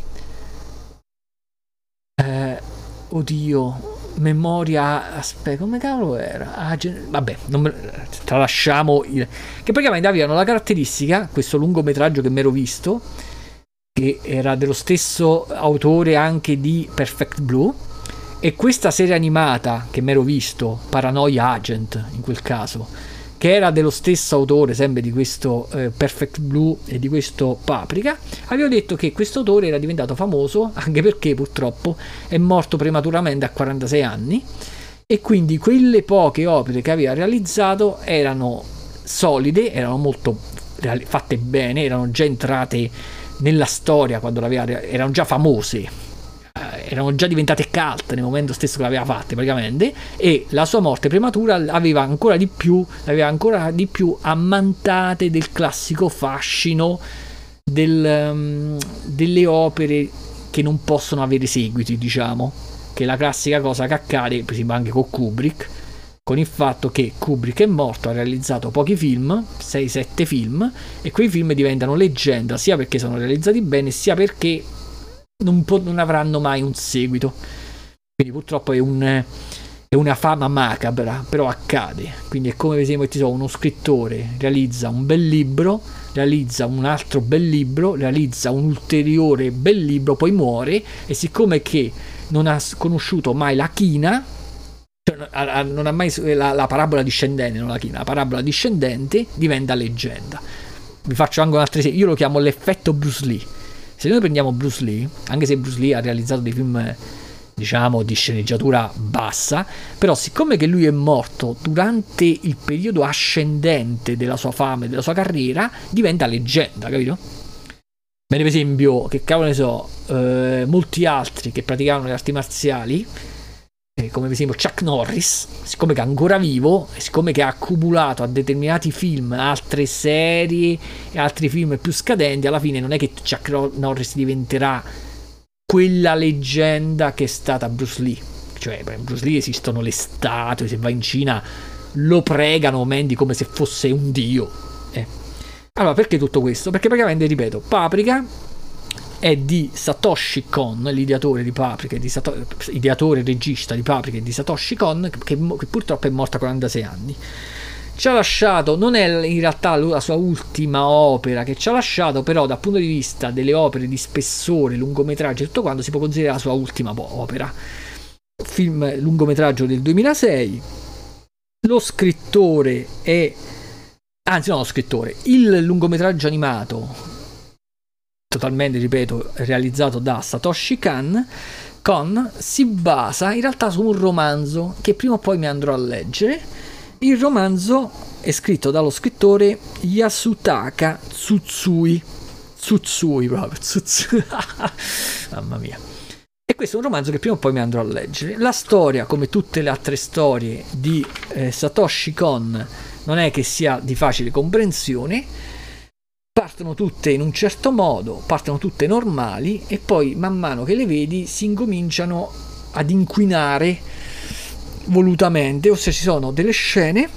eh, oddio memoria aspetta come cavolo era ah, vabbè non me, tralasciamo il, che praticamente avevano la caratteristica, questo lungometraggio che mi ero visto, che era dello stesso autore anche di Perfect Blue, e questa serie animata che mi ero visto, Paranoia Agent in quel caso, che era dello stesso autore sempre di questo eh, Perfect Blue e di questo Paprika, avevo detto che questo autore era diventato famoso anche perché purtroppo è morto prematuramente a quarantasei anni, e quindi quelle poche opere che aveva realizzato erano solide, erano molto reali- fatte bene, erano già entrate nella storia quando l'aveva, erano già famose, erano già diventate cult nel momento stesso che l'aveva fatte praticamente, e la sua morte prematura aveva ancora di più aveva ancora di più ammantate del classico fascino del, um, delle opere che non possono avere seguiti, diciamo, che è la classica cosa che accade per esempio anche con Kubrick, con il fatto che Kubrick è morto, ha realizzato pochi film, sei sette film, e quei film diventano leggenda sia perché sono realizzati bene sia perché Non, po- non avranno mai un seguito. Quindi purtroppo è, un, è una fama macabra, però accade. Quindi è come per esempio ti so, uno scrittore realizza un bel libro, realizza un altro bel libro, realizza un ulteriore bel libro, poi muore, e siccome che non ha conosciuto mai la china, cioè non ha mai la, la parabola discendente, non la china, la parabola discendente, diventa leggenda. Vi faccio anche un altro esempio, io lo chiamo l'effetto Bruce Lee. Se noi prendiamo Bruce Lee, anche se Bruce Lee ha realizzato dei film, diciamo, di sceneggiatura bassa, però siccome che lui è morto durante il periodo ascendente della sua fama e della sua carriera, diventa leggenda, capito? Bene, per esempio, che cavolo ne so, eh, molti altri che praticavano le arti marziali, eh, come per esempio Chuck Norris, siccome che è ancora vivo, e siccome che ha accumulato a determinati film altre serie e altri film più scadenti, alla fine non è che Chuck Norris diventerà quella leggenda che è stata Bruce Lee. Cioè, per Bruce Lee esistono le statue, se vai in Cina lo pregano momenti come se fosse un dio. Eh. Allora, perché tutto questo? Perché praticamente, ripeto, Paprika è di Satoshi Kon, l'ideatore di Paprika, di Sato- ideatore e regista di Paprika e di Satoshi Kon, che, che purtroppo è morto a quarantasei anni. Ci ha lasciato, non è in realtà la sua ultima opera che ci ha lasciato, però dal punto di vista delle opere di spessore, lungometraggio e tutto quanto, si può considerare la sua ultima opera. Film lungometraggio del duemilasei. Lo scrittore è, anzi no, lo scrittore, il lungometraggio animato, totalmente, ripeto, realizzato da Satoshi Kon, Kon, si basa in realtà su un romanzo che prima o poi mi andrò a leggere. Il romanzo è scritto dallo scrittore Yasutaka Tsutsui. Tsutsui proprio, Tsutsui. Mamma mia. E questo è un romanzo che prima o poi mi andrò a leggere. La storia, come tutte le altre storie di eh, Satoshi Kon, non è che sia di facile comprensione. Partono tutte in un certo modo, partono tutte normali, e poi man mano che le vedi si incominciano ad inquinare volutamente, ossia ci sono delle scene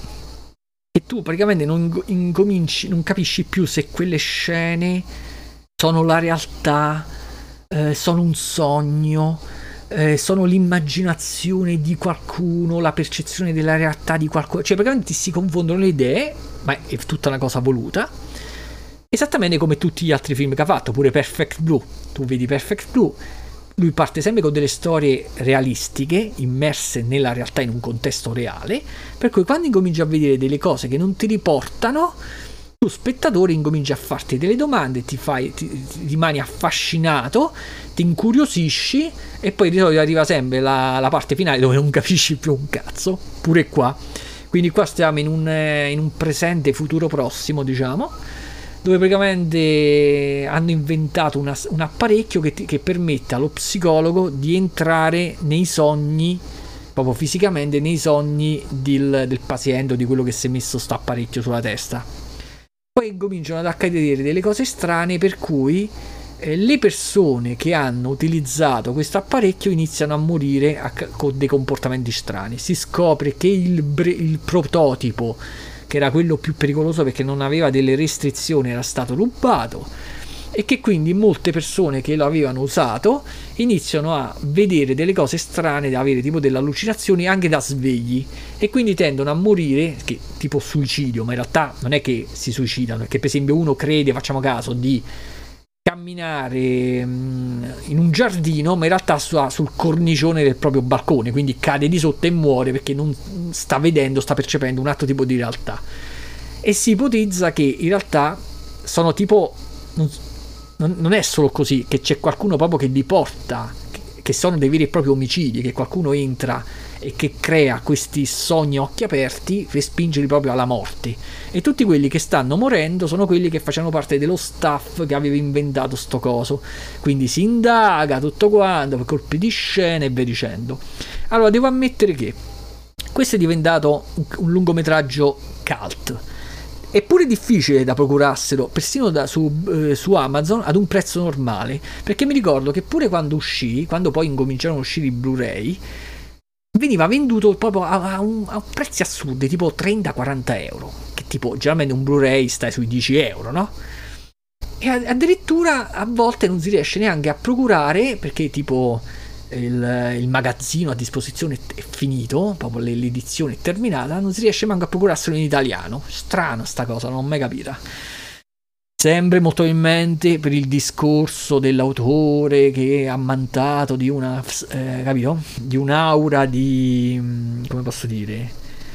e tu praticamente non incominci, non capisci più se quelle scene sono la realtà, eh, sono un sogno, eh, sono l'immaginazione di qualcuno, la percezione della realtà di qualcuno, cioè praticamente si confondono le idee, ma è tutta una cosa voluta. Esattamente come tutti gli altri film che ha fatto, pure Perfect Blue. Tu vedi Perfect Blue, lui parte sempre con delle storie realistiche, immerse nella realtà in un contesto reale, per cui quando incominci a vedere delle cose che non ti riportano, tu spettatore incominci a farti delle domande, ti, fai, ti, ti rimani affascinato, ti incuriosisci e poi di solito arriva sempre la, la parte finale dove non capisci più un cazzo, pure qua. Quindi qua stiamo in un, in un presente futuro prossimo, diciamo, dove praticamente hanno inventato una, un apparecchio che, ti, che permette allo psicologo di entrare nei sogni, proprio fisicamente nei sogni del, del paziente o di quello che si è messo sto apparecchio sulla testa. Poi cominciano ad accadere delle cose strane, per cui eh, le persone che hanno utilizzato questo apparecchio iniziano a morire a, con dei comportamenti strani. Si scopre che il, bre, il prototipo, che era quello più pericoloso perché non aveva delle restrizioni, era stato rubato, e che quindi molte persone che lo avevano usato iniziano a vedere delle cose strane, da avere tipo delle allucinazioni anche da svegli, e quindi tendono a morire, che, tipo suicidio, ma in realtà non è che si suicidano, perché per esempio uno crede, facciamo caso, di camminare mh, in un giardino, ma in realtà su, sul cornicione del proprio balcone, quindi cade di sotto e muore perché non sta vedendo, sta percependo un altro tipo di realtà. E si ipotizza che in realtà sono tipo non, non è solo così, che c'è qualcuno proprio che li porta, che sono dei veri e propri omicidi, che qualcuno entra e che crea questi sogni a occhi aperti per spingerli proprio alla morte, e tutti quelli che stanno morendo sono quelli che facevano parte dello staff che aveva inventato sto coso. Quindi si indaga tutto quanto per colpi di scena e via dicendo. Allora devo ammettere che questo è diventato un, un lungometraggio cult, è pure difficile da procurarselo persino da, su, eh, su Amazon ad un prezzo normale, perché mi ricordo che pure quando uscì, quando poi incominciarono a uscire i Blu-ray, veniva venduto proprio a, a, un, a prezzi assurdi, tipo trenta quaranta euro, che tipo generalmente un Blu-ray sta sui dieci euro, no? E addirittura a volte non si riesce neanche a procurare, perché tipo il, il magazzino a disposizione è finito, proprio l'edizione è terminata, non si riesce manco a procurarselo in italiano. Strano sta cosa, non ho mai capita. Sempre molto in mente per il discorso dell'autore che è ammantato di una, eh, capito? Di un'aura di, come posso dire,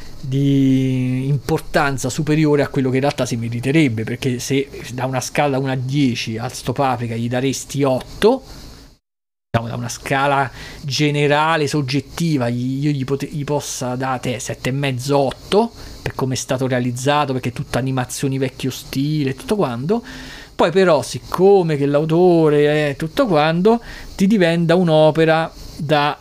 di importanza superiore a quello che in realtà si meriterebbe, perché se da una scala uno a dieci al sto Paprika gli daresti otto, diciamo da una scala generale soggettiva io gli, pot- gli possa dare sette e mezzo otto per come è stato realizzato, perché è tutta animazioni vecchio stile e tutto quanto. Poi però siccome che l'autore è tutto quanto, ti diventa un'opera da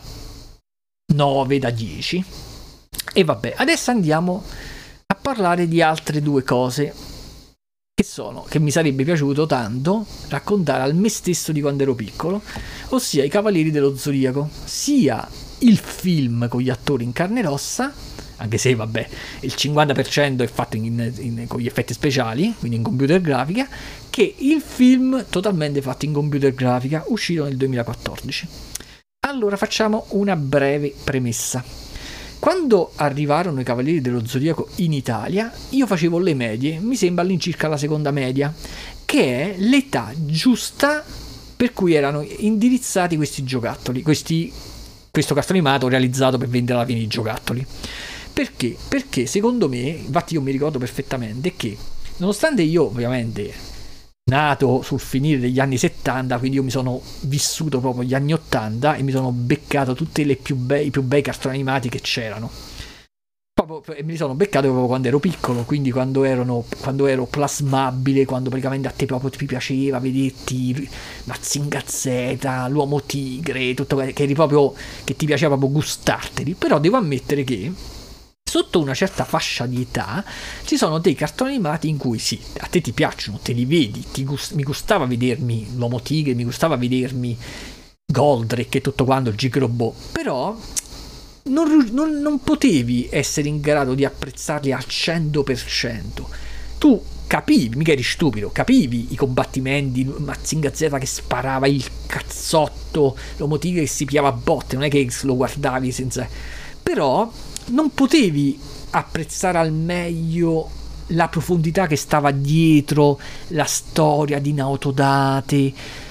nove, da dieci. E vabbè, adesso andiamo a parlare di altre due cose che sono, che mi sarebbe piaciuto tanto raccontare al me stesso di quando ero piccolo, ossia I Cavalieri dello Zodiaco, sia il film con gli attori in carne e ossa, anche se vabbè il cinquanta per cento è fatto in, in, con gli effetti speciali, quindi in computer grafica, che il film totalmente fatto in computer grafica, uscito nel duemilaquattordici. Allora facciamo una breve premessa. Quando arrivarono I Cavalieri dello Zodiaco in Italia, io facevo le medie, mi sembra all'incirca la seconda media, che è l'età giusta per cui erano indirizzati questi giocattoli, questi, questo cartone animato realizzato per vendere alla fine i giocattoli. Perché? Perché secondo me, infatti io mi ricordo perfettamente che, nonostante io ovviamente nato sul finire degli anni settanta, quindi io mi sono vissuto proprio gli anni ottanta e mi sono beccato tutti le più bei, i più bei cartoni animati che c'erano. Proprio, e me li sono beccato proprio quando ero piccolo, quindi quando, erano, quando ero plasmabile, quando praticamente a te proprio ti piaceva vederti Mazinga Z, l'Uomo Tigre, tutto che eri proprio, che ti piaceva proprio gustarteli. Però devo ammettere che sotto una certa fascia di età ci sono dei cartoni animati in cui sì, a te ti piacciono, te li vedi, ti gust- mi gustava vedermi l'Uomo Tigre, mi gustava vedermi Goldrake e tutto quanto, il Gigrobot, però non, non, non potevi essere in grado di apprezzarli al cento per cento. Tu capivi, mica eri stupido, capivi i combattimenti, Mazinga Z che sparava il cazzotto, l'Uomo Tigre che si piava a botte, non è che lo guardavi senza... però non potevi apprezzare al meglio la profondità che stava dietro la storia di Naotodate,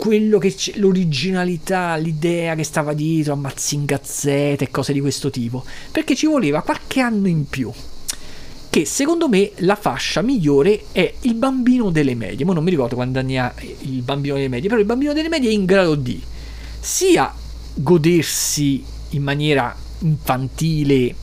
quello che c'è, l'originalità, l'idea che stava dietro a Mazinga Z e cose di questo tipo, perché ci voleva qualche anno in più. Che secondo me la fascia migliore è il bambino delle medie. Ma non mi ricordo quando anni ha il bambino delle medie, però il bambino delle medie è in grado di sia godersi in maniera infantile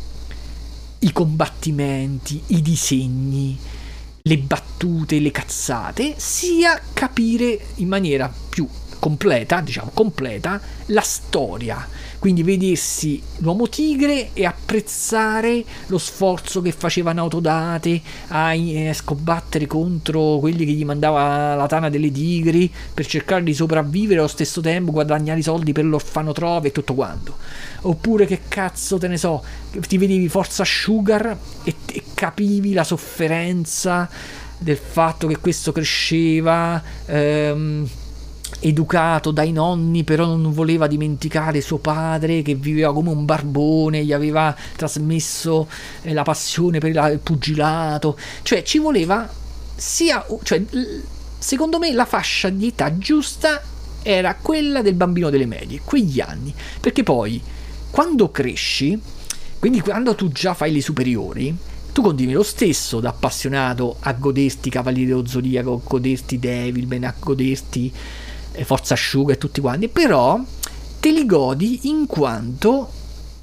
i combattimenti, i disegni, le battute, le cazzate, sia capire in maniera più completa, diciamo completa, la storia. Quindi vedersi l'uomo tigre e apprezzare lo sforzo che faceva Naotodate a eh, scombattere contro quelli che gli mandava la tana delle tigri per cercare di sopravvivere e allo stesso tempo guadagnare i soldi per l'orfanotrove e tutto quanto. Oppure che cazzo te ne so, ti vedevi Forza Sugar e, e capivi la sofferenza del fatto che questo cresceva ehm, educato dai nonni, però non voleva dimenticare suo padre che viveva come un barbone, gli aveva trasmesso eh, la passione per la, il pugilato. Cioè ci voleva sia, cioè, secondo me la fascia di età giusta era quella del bambino delle medie, quegli anni, perché poi quando cresci, quindi quando tu già fai le superiori, tu continui lo stesso da appassionato a goderti Cavalieri dello Zodiaco, a goderti Devilman, a goderti Forza Asciuga e tutti quanti, però te li godi in quanto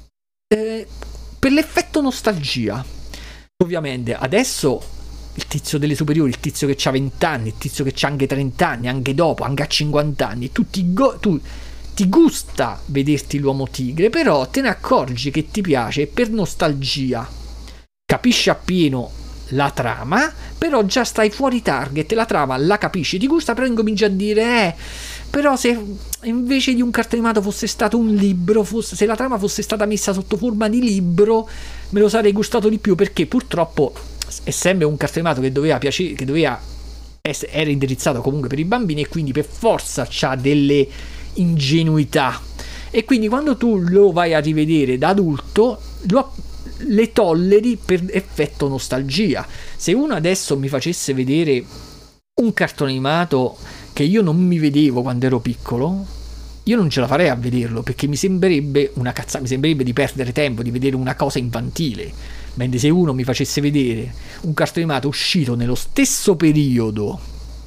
eh, per l'effetto nostalgia. Ovviamente adesso il tizio delle superiori, il tizio che ha venti anni, il tizio che ha anche trenta anni, anche dopo, anche a cinquanta anni, tu ti, go- tu ti gusta vederti l'uomo tigre, però te ne accorgi che ti piace per nostalgia, capisci appieno la trama, però già stai fuori target, la trama la capisci, ti gusta, però incominci a dire eh, però se invece di un cartone animato fosse stato un libro, fosse, se la trama fosse stata messa sotto forma di libro, me lo sarei gustato di più, perché purtroppo essendo un cartone animato che doveva piacere, che doveva essere, era indirizzato comunque per i bambini e quindi per forza c'ha delle ingenuità, e quindi quando tu lo vai a rivedere da adulto lo le tolleri per effetto nostalgia. Se uno adesso mi facesse vedere un cartone animato che io non mi vedevo quando ero piccolo, io non ce la farei a vederlo, perché mi sembrerebbe una cazzata, mi sembrerebbe di perdere tempo, di vedere una cosa infantile. Mentre se uno mi facesse vedere un cartone animato uscito nello stesso periodo,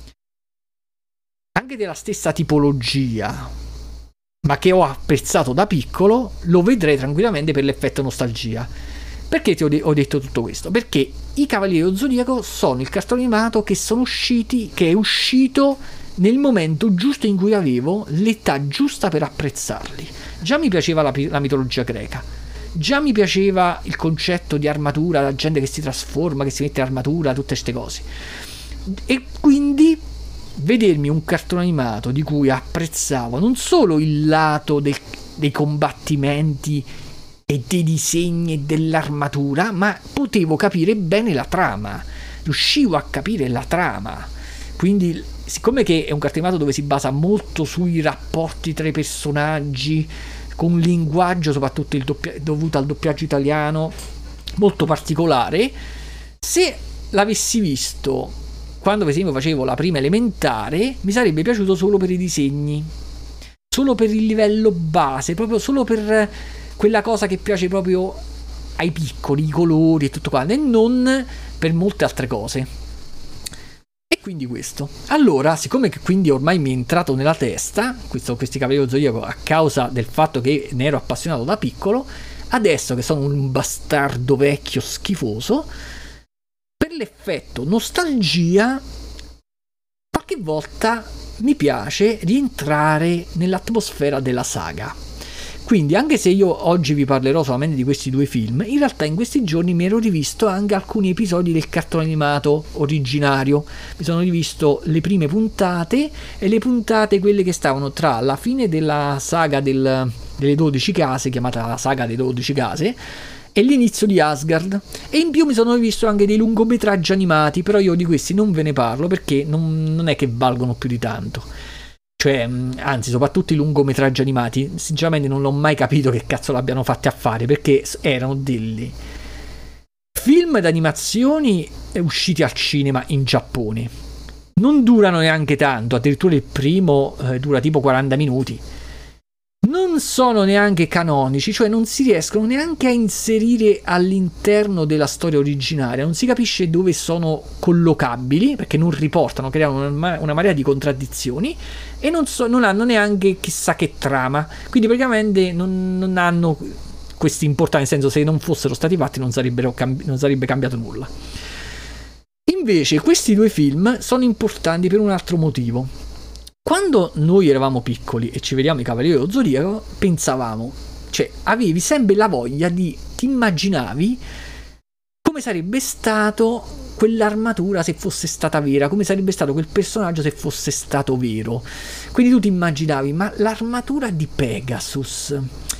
anche della stessa tipologia, ma che ho apprezzato da piccolo, lo vedrei tranquillamente per l'effetto nostalgia. Perché ti ho, de- ho detto tutto questo? Perché i Cavalieri dello Zodiaco sono il cartone animato che sono usciti, che è uscito nel momento giusto in cui avevo l'età giusta per apprezzarli. Già mi piaceva la, la mitologia greca, già mi piaceva il concetto di armatura, la gente che si trasforma, che si mette armatura, tutte queste cose. E quindi vedermi un cartone animato di cui apprezzavo non solo il lato del, dei combattimenti e dei disegni e dell'armatura, ma potevo capire bene la trama, riuscivo a capire la trama. Quindi, siccome che è un cartone animato dove si basa molto sui rapporti tra i personaggi, con un linguaggio soprattutto il doppia- dovuto al doppiaggio italiano molto particolare, se l'avessi visto quando per esempio facevo la prima elementare, mi sarebbe piaciuto solo per i disegni, solo per il livello base, proprio solo per quella cosa che piace proprio ai piccoli, i colori e tutto quanto, e non per molte altre cose. E quindi questo. Allora, siccome che quindi ormai mi è entrato nella testa questo, questi Cavalieri dello Zodiaco a causa del fatto che ne ero appassionato da piccolo, adesso che sono un bastardo vecchio schifoso, per l'effetto nostalgia qualche volta mi piace rientrare nell'atmosfera della saga. Quindi anche se io oggi vi parlerò solamente di questi due film, in realtà in questi giorni mi ero rivisto anche alcuni episodi del cartone animato originario. Mi sono rivisto le prime puntate e le puntate quelle che stavano tra la fine della saga del, delle dodici case, chiamata la saga delle dodici case, e l'inizio di Asgard. E in più mi sono rivisto anche dei lungometraggi animati, però io di questi non ve ne parlo perché non, non è che valgono più di tanto. Cioè, anzi, soprattutto i lungometraggi animati, sinceramente non l'ho mai capito che cazzo l'abbiano fatti a fare, perché erano degli film d'animazioni usciti al cinema in Giappone. non durano neanche tanto, addirittura il primo eh, dura tipo quaranta minuti. Non sono neanche canonici, cioè non si riescono neanche a inserire all'interno della storia originaria, non si capisce dove sono collocabili, perché non riportano, creano una, una marea di contraddizioni, e non, so, non hanno neanche chissà che trama, quindi praticamente non, non hanno questa importanza, nel senso, se non fossero stati fatti non, sarebbero cambi- non sarebbe cambiato nulla. Invece questi due film sono importanti per un altro motivo. Quando noi eravamo piccoli e ci vediamo i Cavalieri dello Zodiaco, pensavamo, cioè avevi sempre la voglia di, ti immaginavi come sarebbe stato quell'armatura se fosse stata vera, come sarebbe stato quel personaggio se fosse stato vero. Quindi tu ti immaginavi, ma l'armatura di Pegasus,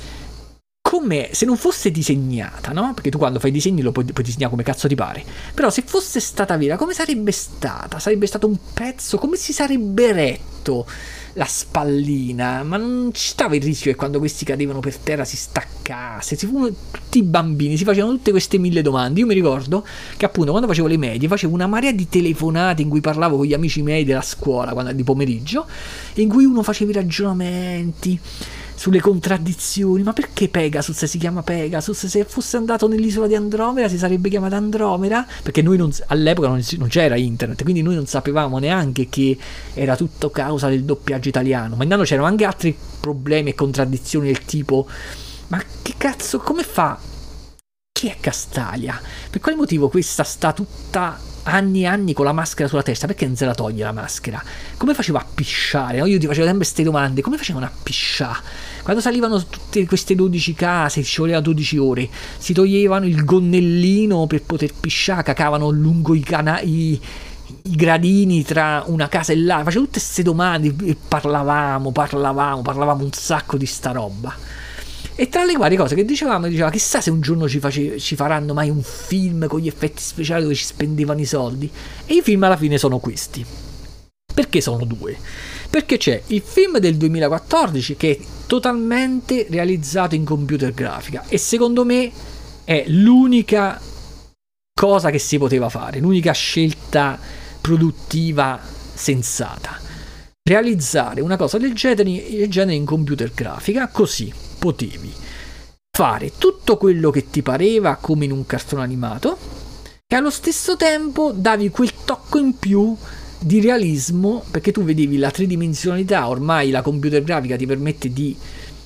come se non fosse disegnata, no? Perché tu quando fai i disegni lo puoi, puoi disegnare come cazzo ti pare. Però se fosse stata vera, come sarebbe stata? Sarebbe stato un pezzo, come si sarebbe retto la spallina? Ma non ci stava il rischio che quando questi cadevano per terra si staccasse? Si furono, tutti i bambini si facevano tutte queste mille domande. Io mi ricordo che appunto quando facevo le medie facevo una marea di telefonate in cui parlavo con gli amici miei della scuola, quando, di pomeriggio, in cui uno faceva i ragionamenti sulle contraddizioni. Ma perché Pegasus si chiama Pegasus? Se fosse andato nell'isola di Andromeda si sarebbe chiamata Andromeda, perché noi non, all'epoca non, non c'era internet, quindi noi non sapevamo neanche che era tutto causa del doppiaggio italiano, ma intanto c'erano anche altri problemi e contraddizioni del tipo, ma che cazzo, come fa? Chi è Castaglia? Per quale motivo questa sta tutta anni e anni con la maschera sulla testa? Perché non se la toglie la maschera? Come faceva a pisciare? No? Io ti facevo sempre queste domande, come facevano a pisciare? Quando salivano tutte queste dodici case, ci voleva dodici ore, si toglievano il gonnellino per poter pisciare, cacavano lungo i, cana- i, i gradini tra una casa e l'altra, facevo tutte queste domande e parlavamo, parlavamo, parlavamo un sacco di sta roba. E tra le varie cose che dicevamo, diceva chissà se un giorno ci, face- ci faranno mai un film con gli effetti speciali dove ci spendevano i soldi. E i film alla fine sono questi. Perché sono due? Perché c'è il film del duemilaquattordici che è totalmente realizzato in computer grafica e secondo me è l'unica cosa che si poteva fare, l'unica scelta produttiva sensata. Realizzare una cosa del genere, del genere in computer grafica, così potevi fare tutto quello che ti pareva come in un cartone animato e allo stesso tempo davi quel tocco in più di realismo, perché tu vedevi la tridimensionalità. Ormai la computer grafica ti permette di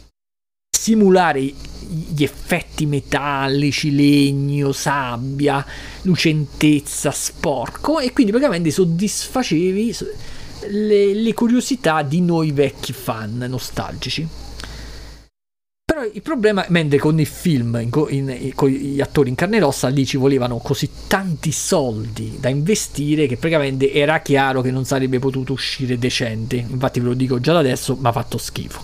simulare gli effetti metallici, legno, sabbia, lucentezza, sporco, e quindi praticamente soddisfacevi le, le curiosità di noi vecchi fan nostalgici. Però il problema, mentre con il film, in, in, con gli attori in carne e ossa, lì ci volevano così tanti soldi da investire che praticamente era chiaro che non sarebbe potuto uscire decente. Infatti ve lo dico già da adesso, mi ha fatto schifo.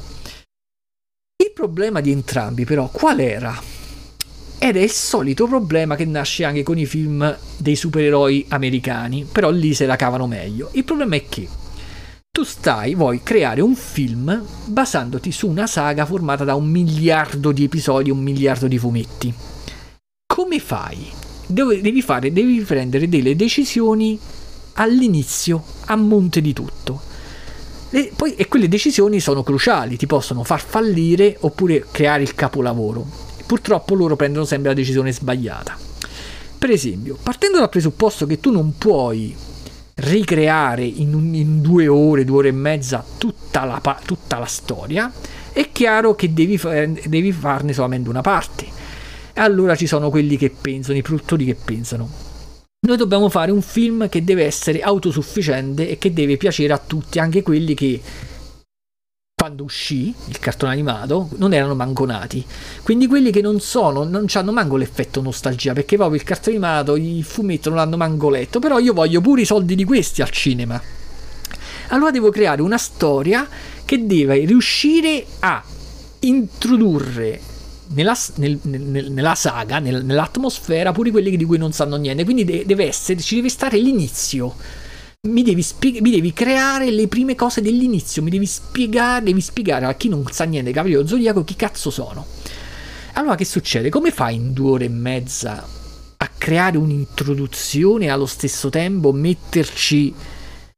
Il problema di entrambi però qual era? Era il solito problema che nasce anche con i film dei supereroi americani, però lì se la cavano meglio. Il problema è che tu stai, vuoi creare un film basandoti su una saga formata da un miliardo di episodi, un miliardo di fumetti. Come fai? Dove devi fare, devi prendere delle decisioni all'inizio, a monte di tutto. E, poi, e quelle decisioni sono cruciali, ti possono far fallire oppure creare il capolavoro. Purtroppo loro prendono sempre la decisione sbagliata. Per esempio, partendo dal presupposto che tu non puoi ricreare in, un, in due ore, due ore e mezza tutta la, tutta la storia, è chiaro che devi, devi farne solamente una parte. E allora ci sono quelli che pensano, i produttori che pensano: noi dobbiamo fare un film che deve essere autosufficiente e che deve piacere a tutti, anche quelli che quando uscì il cartone animato non erano manco nati, quindi quelli che non sono, non hanno manco l'effetto nostalgia, perché proprio il cartone animato, il fumetto non l'hanno manco letto, però io voglio pure i soldi di questi al cinema. Allora devo creare una storia che deve riuscire a introdurre nella, nel, nel, nella saga, nel, nell'atmosfera, pure quelli di cui non sanno niente, quindi de- deve essere, ci deve stare l'inizio. Mi devi, spieg- mi devi creare le prime cose dell'inizio, mi devi spiegare, devi spiegare a chi non sa niente dei Cavalieri dello Zodiaco chi cazzo sono. Allora che succede? Come fai in due ore e mezza a creare un'introduzione e allo stesso tempo metterci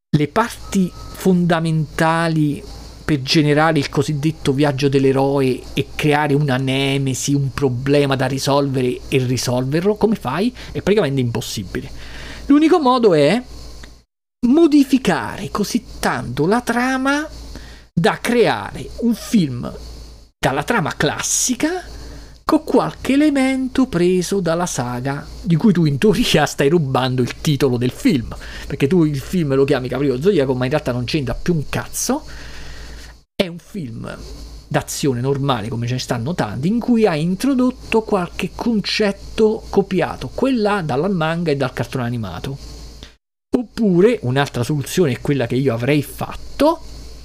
le parti fondamentali per generare il cosiddetto viaggio dell'eroe e creare una nemesi, un problema da risolvere e risolverlo, come fai? È praticamente impossibile. L'unico modo è modificare così tanto la trama da creare un film dalla trama classica con qualche elemento preso dalla saga di cui tu in teoria stai rubando il titolo del film, perché tu il film lo chiami Cavaliere dello Zodiaco ma in realtà non c'entra più un cazzo. È un film d'azione normale, come ce ne stanno tanti, in cui hai introdotto qualche concetto copiato, quella dal manga e dal cartone animato. Oppure, un'altra soluzione è quella che io avrei fatto: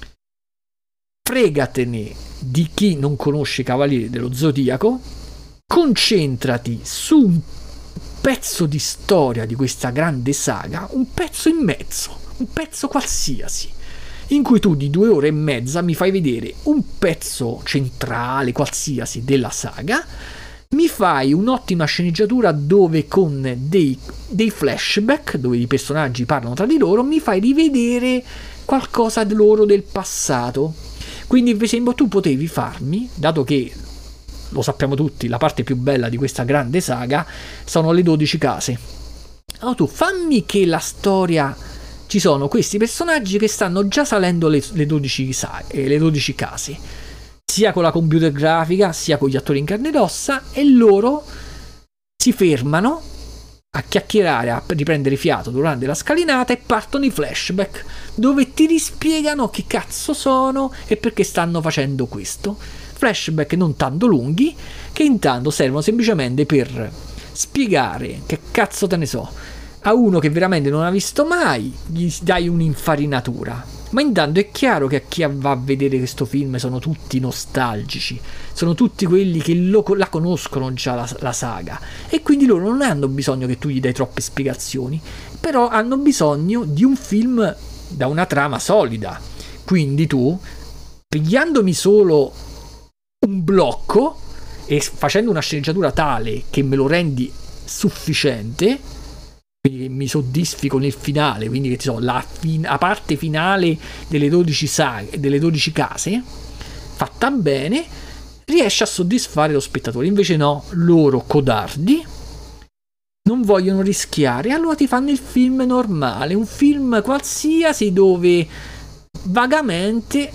fregatene di chi non conosce i Cavalieri dello Zodiaco, concentrati su un pezzo di storia di questa grande saga, un pezzo in mezzo, un pezzo qualsiasi, in cui tu di due ore e mezza mi fai vedere un pezzo centrale qualsiasi della saga, mi fai un'ottima sceneggiatura dove con dei, dei flashback, dove i personaggi parlano tra di loro, mi fai rivedere qualcosa di loro del passato. Quindi per esempio tu potevi farmi, dato che lo sappiamo tutti, la parte più bella di questa grande saga sono le dodici case, allora tu fammi che la storia, ci sono questi personaggi che stanno già salendo le, le, dodici, eh, le dodici case, sia con la computer grafica sia con gli attori in carne ed ossa, e loro si fermano a chiacchierare, a riprendere fiato durante la scalinata, e partono i flashback dove ti rispiegano che cazzo sono e perché stanno facendo questo. Flashback non tanto lunghi, che intanto servono semplicemente per spiegare, che cazzo te ne so, a uno che veramente non ha visto mai, gli dai un'infarinatura. Ma intanto è chiaro che a chi va a vedere questo film sono tutti nostalgici, sono tutti quelli che lo, la conoscono già la, la saga, e quindi loro non hanno bisogno che tu gli dai troppe spiegazioni, però hanno bisogno di un film da una trama solida. Quindi tu, pigliandomi solo un blocco e facendo una sceneggiatura tale che me lo rendi sufficiente, quindi mi soddisfi con il finale, quindi che ti so, la, fin- la parte finale delle dodici saghe, delle dodici case, fatta bene, riesce a soddisfare lo spettatore. Invece no, loro codardi non vogliono rischiare, allora ti fanno il film normale, un film qualsiasi dove vagamente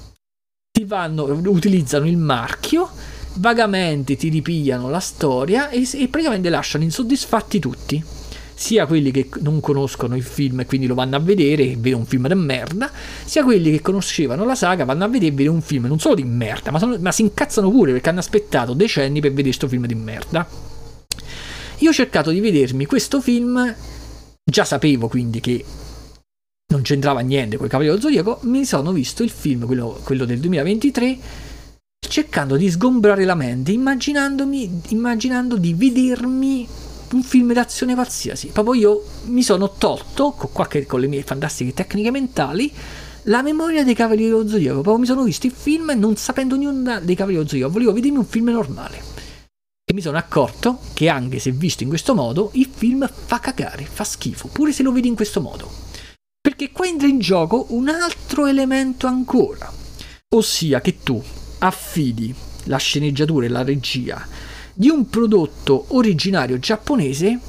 ti vanno, utilizzano il marchio, vagamente ti ripigliano la storia e, e praticamente lasciano insoddisfatti tutti, sia quelli che non conoscono il film e quindi lo vanno a vedere e vedono un film di merda, sia quelli che conoscevano la saga vanno a vedere e vedono un film non solo di merda, ma, sono, ma si incazzano pure perché hanno aspettato decenni per vedere questo film di merda. Io ho cercato di vedermi questo film, già sapevo quindi che non c'entrava niente con il Cavaliere dello Zodiaco, mi sono visto il film, quello, quello del duemilaventitré, cercando di sgombrare la mente, immaginandomi, immaginando di vedermi un film d'azione qualsiasi. Proprio io mi sono tolto, con, qualche, con le mie fantastiche tecniche mentali, la memoria dei Cavalieri dello Zodiaco. Proprio mi sono visto il film non sapendo nulla dei Cavalieri dello Zodiaco, volevo vedermi un film normale. E mi sono accorto che anche se visto in questo modo, il film fa cagare, fa schifo, pure se lo vedi in questo modo. Perché qua entra in gioco un altro elemento ancora, ossia che tu affidi la sceneggiatura e la regia di un prodotto originario giapponese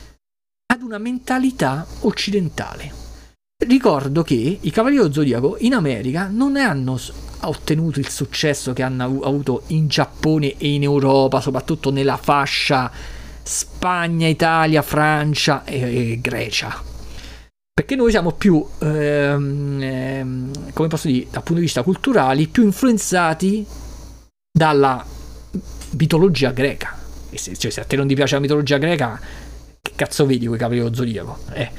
ad una mentalità occidentale. Ricordo che i Cavalieri dello Zodiaco in America non hanno ottenuto il successo che hanno avuto in Giappone e in Europa, soprattutto nella fascia Spagna, Italia, Francia e, e Grecia. Perché noi siamo più, ehm, ehm, come posso dire, dal punto di vista culturali, più influenzati dalla mitologia greca. E se, cioè, se a te non ti piace la mitologia greca, che cazzo vedi quei Cavalieri dello Zodiaco? Eh.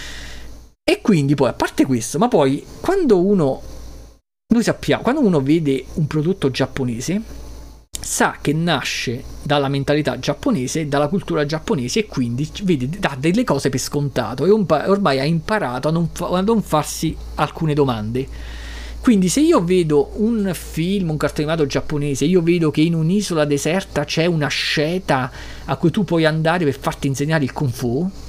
E quindi poi, a parte questo, ma poi quando uno, noi sappiamo, quando uno vede un prodotto giapponese, sa che nasce dalla mentalità giapponese, dalla cultura giapponese, e quindi vede, dà delle cose per scontato e ormai ha imparato a non, fa, a non farsi alcune domande. Quindi se io vedo un film, un cartone animato giapponese, io vedo che in un'isola deserta c'è una sceta a cui tu puoi andare per farti insegnare il kung fu,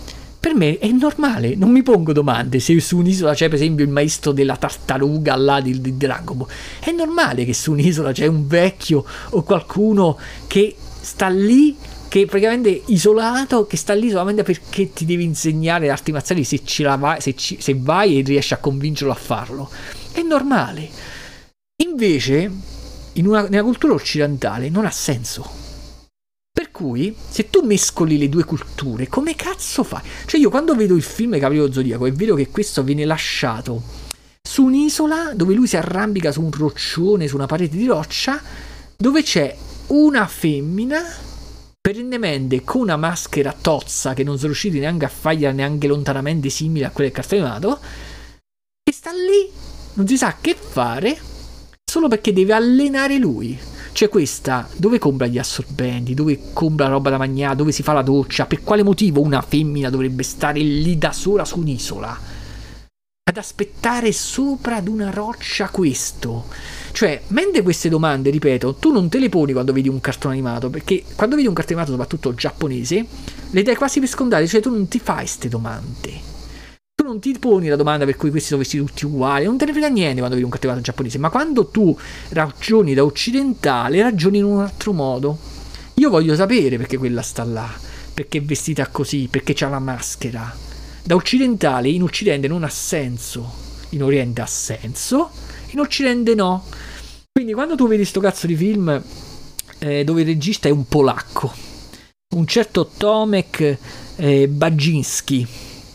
per me è normale, non mi pongo domande se su un'isola c'è per esempio il maestro della tartaruga là di, di Dragon Ball. È normale che su un'isola c'è un vecchio o qualcuno che sta lì, che praticamente isolato, che sta lì solamente perché ti devi insegnare arti marziali se, ci la vai, se, ci, se vai e riesci a convincerlo a farlo. È normale. Invece in una, nella cultura occidentale non ha senso. Per cui, se tu mescoli le due culture, come cazzo fai? Cioè io quando vedo il film Cavaliere Zodiaco e vedo che questo viene lasciato su un'isola dove lui si arrampica su un roccione, su una parete di roccia, dove c'è una femmina perennemente con una maschera tozza che non sono riusciti neanche a fargli neanche lontanamente simile a quella del cartone animato, che sta lì, non si sa che fare, solo perché deve allenare lui. Cioè questa, dove compra gli assorbenti, dove compra roba da mangiare, dove si fa la doccia, per quale motivo una femmina dovrebbe stare lì da sola su un'isola ad aspettare sopra ad una roccia questo? Cioè, mentre queste domande, ripeto, tu non te le poni quando vedi un cartone animato, perché quando vedi un cartone animato, soprattutto giapponese, le dai quasi per scondate, cioè tu non ti fai queste domande. Tu non ti poni la domanda per cui questi sono vestiti tutti uguali, non te ne frega niente quando vedi un cartone animato giapponese, ma quando tu ragioni da occidentale, ragioni in un altro modo. Io voglio sapere perché quella sta là, perché è vestita così, perché c'ha la maschera. Da occidentale, in Occidente non ha senso, in Oriente ha senso, in Occidente no. Quindi quando tu vedi sto cazzo di film eh, dove il regista è un polacco, un certo Tomek eh, Baginski,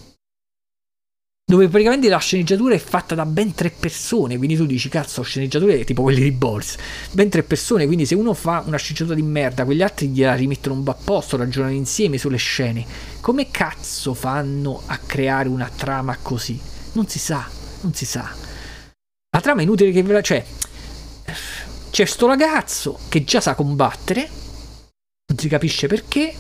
dove praticamente la sceneggiatura è fatta da ben tre persone, quindi tu dici cazzo, sceneggiature tipo quelli di Boris, ben tre persone, quindi se uno fa una sceneggiatura di merda, quegli altri gliela rimettono un po' a posto, ragionano insieme sulle scene. Come cazzo fanno a creare una trama così? Non si sa, non si sa. La trama è inutile che ve la... cioè, c'è sto ragazzo che già sa combattere, non si capisce perché,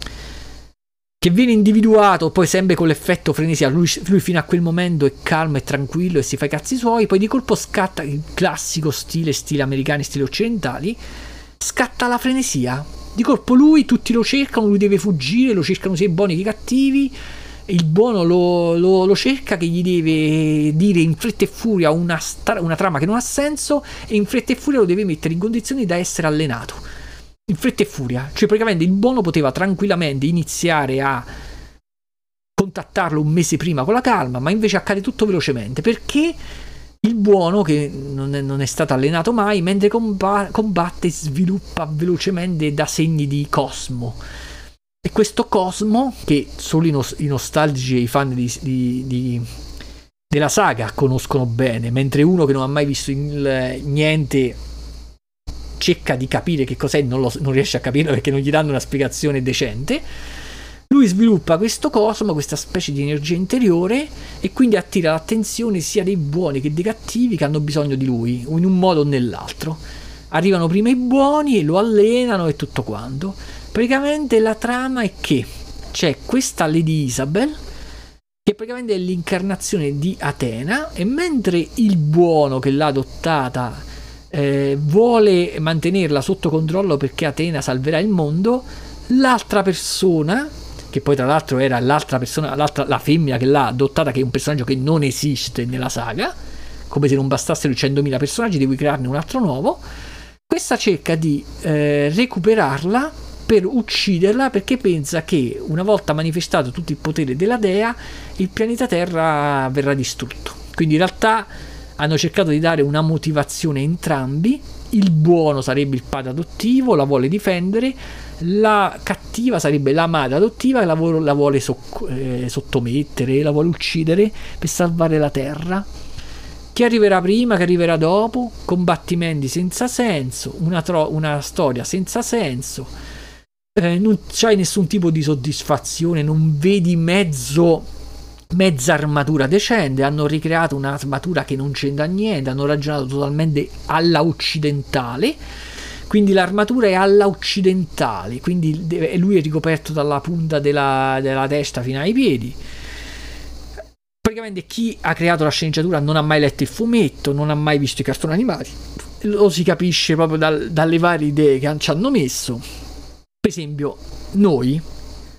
che viene individuato poi sempre con l'effetto frenesia, lui, lui fino a quel momento è calmo e tranquillo e si fa i cazzi suoi, poi di colpo scatta il classico stile stile americani, stile occidentali, scatta la frenesia, di colpo lui, tutti lo cercano, lui deve fuggire, lo cercano sia i buoni che i cattivi, il buono lo, lo, lo cerca, che gli deve dire in fretta e furia una, una trama che non ha senso, e in fretta e furia lo deve mettere in condizioni da essere allenato. In fretta e furia, cioè praticamente il buono poteva tranquillamente iniziare a contattarlo un mese prima con la calma, ma invece accade tutto velocemente perché il buono, che non è, non è stato allenato mai, mentre comba- combatte sviluppa velocemente da segni di Cosmo, e questo Cosmo che solo i, nos- i nostalgici e i fan di, di, di, della saga conoscono bene, mentre uno che non ha mai visto il, niente cerca di capire che cos'è, non, lo, non riesce a capirlo perché non gli danno una spiegazione decente. Lui sviluppa questo cosmo, questa specie di energia interiore, e quindi attira l'attenzione sia dei buoni che dei cattivi che hanno bisogno di lui, in un modo o nell'altro. Arrivano prima i buoni e lo allenano e tutto quanto. Praticamente la trama è che c'è questa Lady Isabel, che praticamente è l'incarnazione di Atena, e mentre il buono che l'ha adottata Eh, vuole mantenerla sotto controllo perché Atena salverà il mondo, l'altra persona, che poi tra l'altro era l'altra persona, l'altra, la femmina che l'ha adottata, che è un personaggio che non esiste nella saga, come se non bastassero i centomila personaggi, devi crearne un altro nuovo. Questa cerca di eh, recuperarla per ucciderla, perché pensa che una volta manifestato tutto il potere della dea, il pianeta Terra verrà distrutto. Quindi in realtà hanno cercato di dare una motivazione a entrambi. Il buono sarebbe il padre adottivo, la vuole difendere, la cattiva sarebbe la madre adottiva che la vuole, la vuole soc- eh, sottomettere, la vuole uccidere per salvare la terra. Chi arriverà prima, chi arriverà dopo, combattimenti senza senso, una, tro- una storia senza senso, eh, non c'hai nessun tipo di soddisfazione, non vedi mezzo mezza armatura decente, hanno ricreato un'armatura che non c'entra niente, hanno ragionato totalmente alla occidentale, quindi l'armatura è alla occidentale, quindi deve, lui è ricoperto dalla punta della, della testa fino ai piedi. Praticamente chi ha creato la sceneggiatura non ha mai letto il fumetto, non ha mai visto i cartoni animati, lo si capisce proprio dal, dalle varie idee che ci hanno messo. Per esempio noi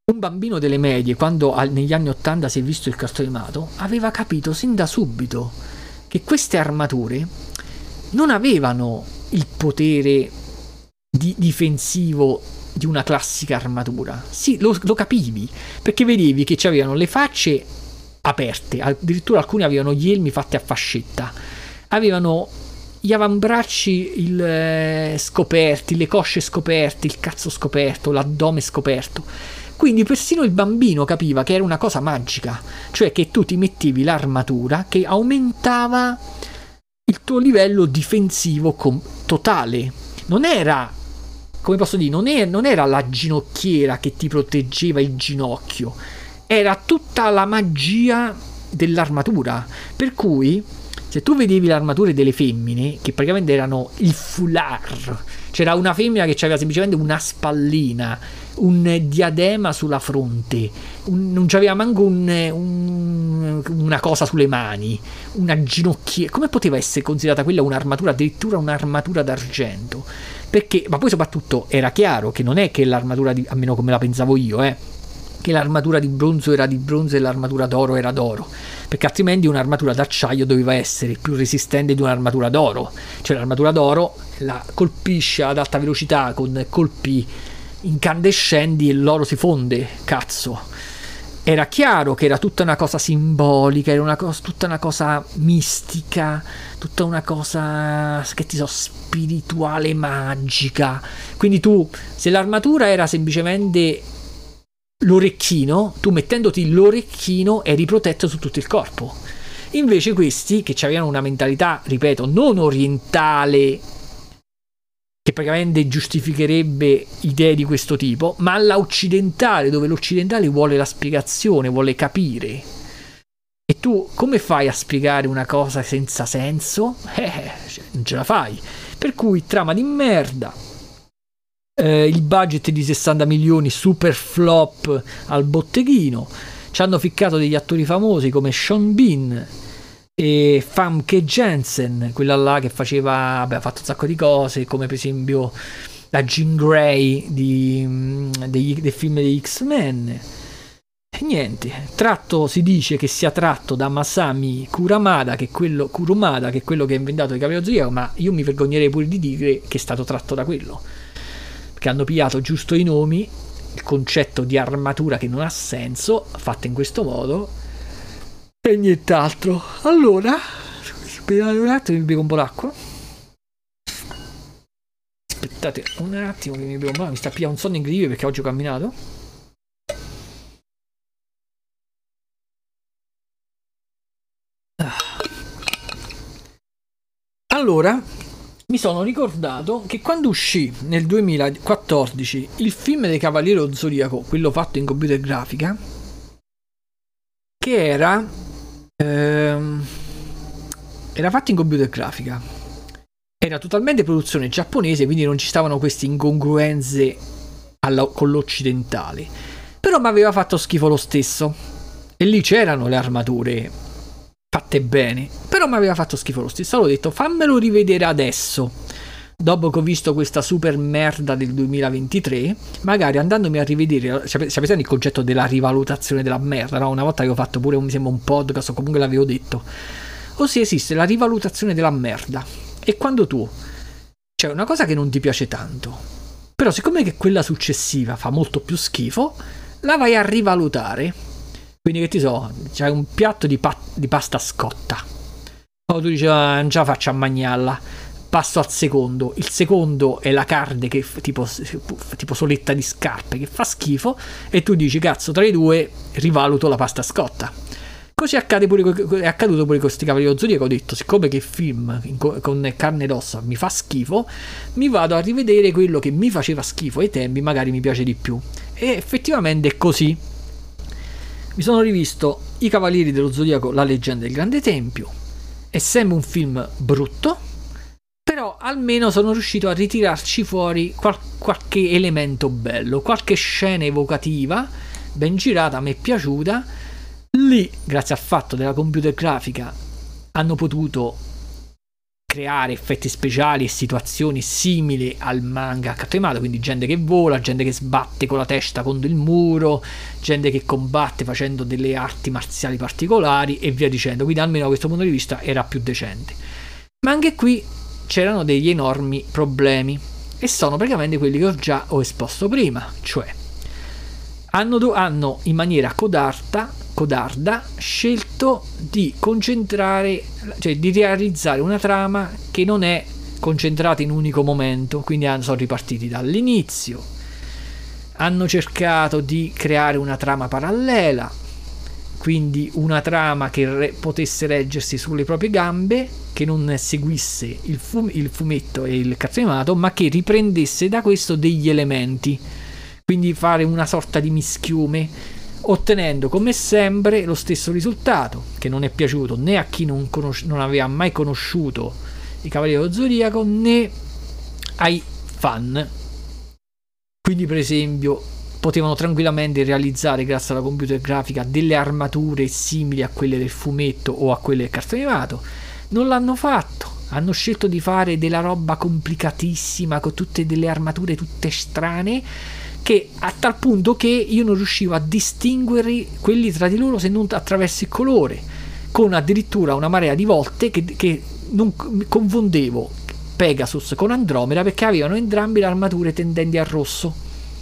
un bambino delle medie, quando al, negli anni ottanta si è visto il cartone animato, aveva capito sin da subito che queste armature non avevano il potere di difensivo di una classica armatura. Sì, lo, lo capivi, perché vedevi che avevano le facce aperte, addirittura alcuni avevano gli elmi fatti a fascetta, avevano gli avambracci il, eh, scoperti, le cosce scoperte, il cazzo scoperto, l'addome scoperto. Quindi persino il bambino capiva che era una cosa magica, cioè che tu ti mettevi l'armatura che aumentava il tuo livello difensivo com- totale. Non era, come posso dire, non, è, non era la ginocchiera che ti proteggeva il ginocchio, era tutta la magia dell'armatura. Per cui se tu vedevi le armature delle femmine, che praticamente erano il foulard, c'era una femmina che aveva semplicemente una spallina, un diadema sulla fronte, un, non c'aveva manco un, un, una cosa sulle mani, una ginocchiera. Come poteva essere considerata quella un'armatura, addirittura un'armatura d'argento? Perché, ma poi soprattutto era chiaro che non è che l'armatura, di, almeno come la pensavo io, eh, che l'armatura di bronzo era di bronzo e l'armatura d'oro era d'oro, perché altrimenti un'armatura d'acciaio doveva essere più resistente di un'armatura d'oro. Cioè l'armatura d'oro la colpisce ad alta velocità con colpi incandescenti e l'oro si fonde, cazzo. Era chiaro che era tutta una cosa simbolica, era una cosa, tutta una cosa mistica, tutta una cosa, che ti so, spirituale, magica. Quindi tu, se l'armatura era semplicemente l'orecchino, tu mettendoti l'orecchino eri protetto su tutto il corpo. Invece questi, che avevano una mentalità, ripeto, non orientale, che praticamente giustificherebbe idee di questo tipo, ma alla occidentale, dove l'occidentale vuole la spiegazione, vuole capire. E tu come fai a spiegare una cosa senza senso? Eh, non ce la fai. Per cui trama di merda, eh, il budget di sessanta milioni, super flop al botteghino, ci hanno ficcato degli attori famosi come Sean Bean e Famke Jensen, quella là che faceva, vabbè, ha fatto un sacco di cose, come per esempio la Jean Grey di, degli, del film degli X-Men. E niente, tratto, si dice che sia tratto da Masami Kurumada, che è quello, Kurumada, che è quello che ha inventato il Cavaliere Zodiaco, ma io mi vergognerei pure di dire che è stato tratto da quello, perché hanno pigliato giusto i nomi, il concetto di armatura che non ha senso, fatta in questo modo, e nient'altro. Allora, aspettate un attimo, mi bevo un po' d'acqua. Aspettate un attimo che mi bevo un po', mi sta pigliando un sonno incredibile perché oggi ho camminato. Allora, mi sono ricordato che quando uscì nel duemilaquattordici il film dei Cavalieri dello Zodiaco, quello fatto in computer grafica, che era ehm, era fatto in computer grafica, era totalmente produzione giapponese, quindi non ci stavano queste incongruenze alla, con l'occidentale, però mi aveva fatto schifo lo stesso, e lì c'erano le armature fatte bene, però mi aveva fatto schifo lo stesso. Allora ho detto fammelo rivedere adesso, dopo che ho visto questa super merda del duemilaventitré, magari andandomi a rivedere, sapete il concetto della rivalutazione della merda, no? Una volta che ho fatto pure, mi sembra, un podcast, o comunque l'avevo detto, ossia esiste la rivalutazione della merda. E quando tu c'è una cosa che non ti piace tanto, però siccome che quella successiva fa molto più schifo, la vai a rivalutare. Quindi che ti so, c'è un piatto di, pa- di pasta scotta, o tu dici ah, non ce la faccio a mangiarla, passo al secondo, il secondo è la carne che tipo, tipo soletta di scarpe che fa schifo, e tu dici cazzo, tra i due rivaluto la pasta scotta. Così accade pure, è accaduto pure con questi Cavalieri dello Zodiaco. Ho detto siccome che film con carne ed ossa mi fa schifo, mi vado a rivedere quello che mi faceva schifo ai tempi, magari mi piace di più, e effettivamente è così. Mi sono rivisto I Cavalieri dello Zodiaco, la leggenda del Grande Tempio. È sempre un film brutto, però almeno sono riuscito a ritirarci fuori qual- qualche elemento bello, qualche scena evocativa ben girata, mi è piaciuta. Lì, grazie al fatto della computer grafica, hanno potuto creare effetti speciali e situazioni simili al manga cartone animato, quindi gente che vola, gente che sbatte con la testa contro il muro, gente che combatte facendo delle arti marziali particolari e via dicendo, quindi almeno da questo punto di vista era più decente. Ma anche qui c'erano degli enormi problemi e sono praticamente quelli che ho già ho esposto prima, cioè hanno, hanno in maniera codarda codarda scelto di concentrare, cioè di realizzare una trama che non è concentrata in un unico momento, quindi sono ripartiti dall'inizio, hanno cercato di creare una trama parallela, quindi una trama che re- potesse reggersi sulle proprie gambe, che non seguisse il, fum- il fumetto e il cartone animato, ma che riprendesse da questo degli elementi, quindi fare una sorta di mischiume, ottenendo come sempre lo stesso risultato, che non è piaciuto né a chi non, conosce, non aveva mai conosciuto i Cavalieri dello Zodiaco né ai fan. Quindi per esempio potevano tranquillamente realizzare grazie alla computer grafica delle armature simili a quelle del fumetto o a quelle del cartone animato. Non l'hanno fatto, hanno scelto di fare della roba complicatissima con tutte delle armature tutte strane, che a tal punto che io non riuscivo a distinguere quelli tra di loro se non attraverso il colore, con addirittura una marea di volte che, che non confondevo Pegasus con Andromeda perché avevano entrambi le armature tendenti al rosso.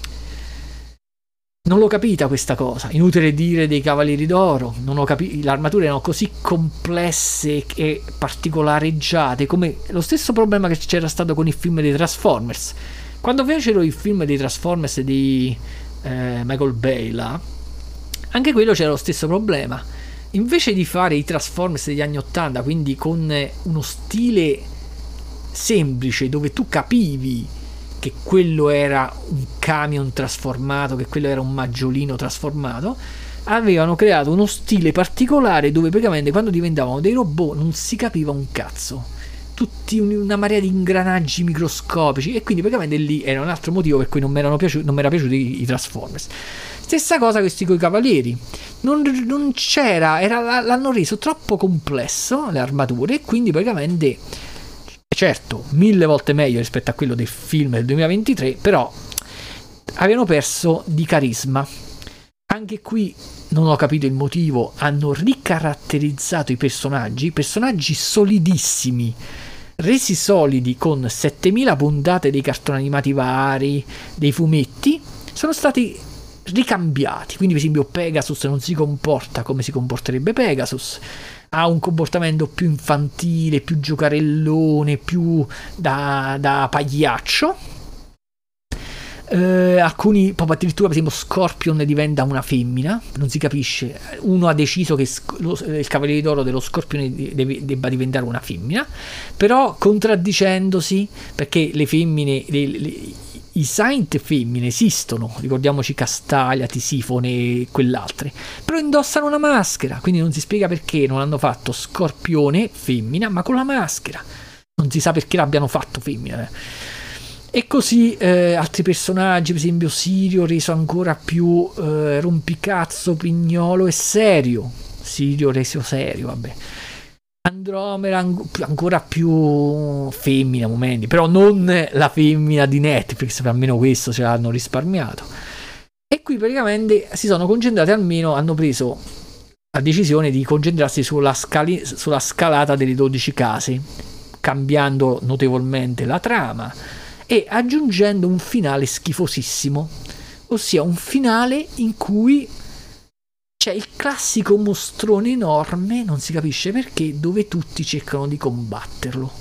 Non l'ho capita questa cosa, inutile dire dei Cavalieri d'Oro, non ho capito, le armature erano così complesse e particolareggiate, come lo stesso problema che c'era stato con il film dei Transformers. Quando fecero il film dei Transformers di eh, Michael Bay là, anche quello c'era lo stesso problema. Invece di fare i Transformers degli anni ottanta, quindi con uno stile semplice dove tu capivi che quello era un camion trasformato, che quello era un maggiolino trasformato, avevano creato uno stile particolare dove praticamente quando diventavano dei robot non si capiva un cazzo, tutti una marea di ingranaggi microscopici, e quindi praticamente lì era un altro motivo per cui non mi erano piaciuti, non mi era piaciuti i, i Transformers. Stessa cosa questi coi Cavalieri, non, non c'era, era, l'hanno reso troppo complesso le armature, e quindi praticamente, certo, mille volte meglio rispetto a quello del film del duemilaventitré, però avevano perso di carisma. Anche qui non ho capito il motivo, hanno ricaratterizzato i personaggi, personaggi solidissimi, resi solidi con settemila puntate dei cartoni animati vari, dei fumetti, sono stati ricambiati. Quindi per esempio Pegasus non si comporta come si comporterebbe Pegasus, ha un comportamento più infantile, più giocarellone, più da, da pagliaccio. Uh, alcuni proprio addirittura, per esempio Scorpion diventa una femmina, non si capisce, uno ha deciso che lo, il Cavaliere d'Oro dello Scorpione deve, debba diventare una femmina, però contraddicendosi, perché le femmine le, le, i Saint femmine esistono, ricordiamoci Castaglia, Tisifone e quell'altre, però indossano una maschera, quindi non si spiega perché non hanno fatto Scorpione femmina ma con la maschera, non si sa perché l'abbiano fatto femmina. eh. E così eh, altri personaggi, per esempio Sirio reso ancora più eh, rompicazzo, pignolo e serio, Sirio reso serio, vabbè. Andromeda ancora più femmina a momenti, però non la femmina di Netflix, per almeno questo ce l'hanno risparmiato. E qui praticamente si sono concentrati, almeno hanno preso la decisione di concentrarsi sulla, scali- sulla scalata delle dodici case, cambiando notevolmente la trama e aggiungendo un finale schifosissimo, ossia un finale in cui c'è il classico mostrone enorme, non si capisce perché, dove tutti cercano di combatterlo.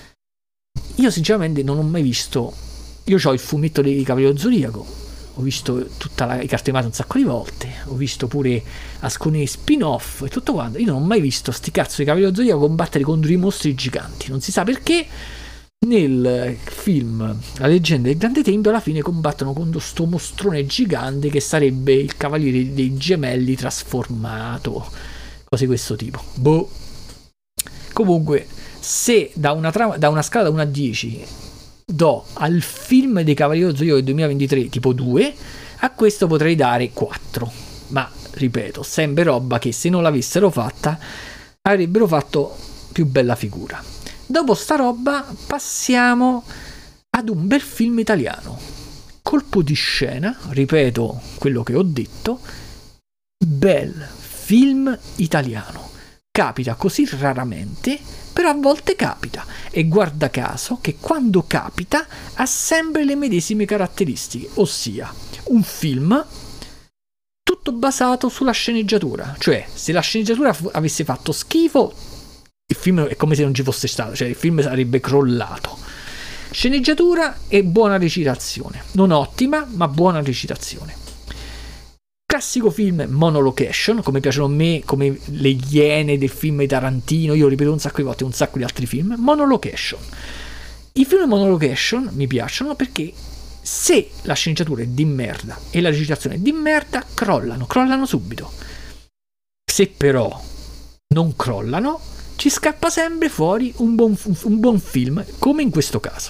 Io sinceramente non ho mai visto, io ho il fumetto dei Cavalieri dello Zodiaco, ho visto tutta la, i cartoni animati un sacco di volte, ho visto pure alcuni spin-off e tutto quanto, io non ho mai visto sti cazzo di Cavalieri dello Zodiaco combattere contro i mostri giganti, non si sa perché. Nel film La leggenda del grande tempio alla fine combattono contro sto mostrone gigante che sarebbe il Cavaliere dei Gemelli trasformato, cose di questo tipo. Boh. Comunque, se da una, trama, da una scala da uno a dieci do al film dei Cavalieri dello Zodiaco del duemilaventitré tipo due, a questo potrei dare quattro, ma ripeto, sempre roba che se non l'avessero fatta avrebbero fatto più bella figura. Dopo sta roba passiamo ad un bel film italiano. Colpo di scena, ripeto quello che ho detto, bel film italiano. Capita così raramente, però a volte capita, e guarda caso che quando capita ha sempre le medesime caratteristiche, ossia un film tutto basato sulla sceneggiatura, cioè se la sceneggiatura fu- avesse fatto schifo, il film è come se non ci fosse stato, cioè il film sarebbe crollato. Sceneggiatura e buona recitazione, non ottima ma buona recitazione. Classico film monolocation, come piacciono a me, come le iene del film di Tarantino, io lo ripeto un sacco di volte, un sacco di altri film, monolocation. I film monolocation mi piacciono perché se la sceneggiatura è di merda e la recitazione è di merda, crollano, crollano subito. Se però non crollano, ci scappa sempre fuori un buon, un buon film, come in questo caso.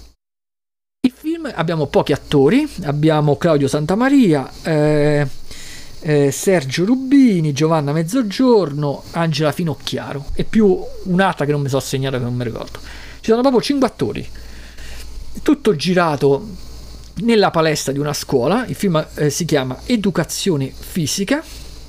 Il film, abbiamo pochi attori, abbiamo Claudio Santamaria, eh, eh, Sergio Rubini, Giovanna Mezzogiorno, Angela Finocchiaro e più un'altra che non mi sono segnata, che non mi ricordo. Ci sono proprio cinque attori, tutto girato nella palestra di una scuola. Il film eh, si chiama Educazione Fisica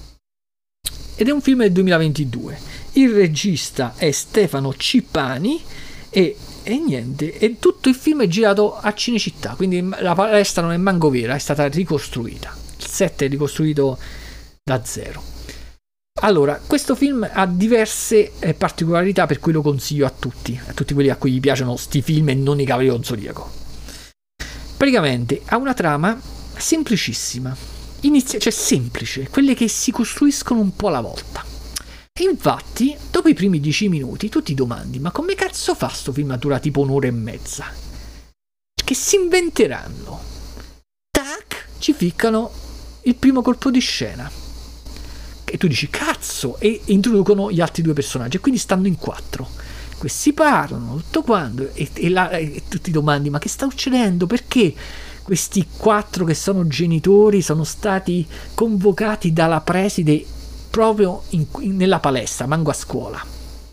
ed è un film del duemilaventidue. Il regista è Stefano Cipani e, e niente, e tutto il film è girato a Cinecittà, quindi la palestra non è manco vera, è stata ricostruita, il set è ricostruito da zero. Allora, questo film ha diverse eh, particolarità, per cui lo consiglio a tutti, a tutti quelli a cui gli piacciono sti film e non i Cavalieri dello Zodiaco. Praticamente ha una trama semplicissima, inizia, cioè semplice, quelle che si costruiscono un po' alla volta. E infatti, dopo i primi dieci minuti, tu ti domandi, ma come cazzo fa sto film a dura tipo un'ora e mezza? Che si inventeranno? Tac, ci ficcano il primo colpo di scena. E tu dici, cazzo, e introducono gli altri due personaggi, e quindi stanno in quattro. Questi parlano, tutto quanto, e, e, la, e tu ti domandi, ma che sta succedendo? Perché questi quattro che sono genitori sono stati convocati dalla preside proprio in, in, nella palestra, manco a scuola?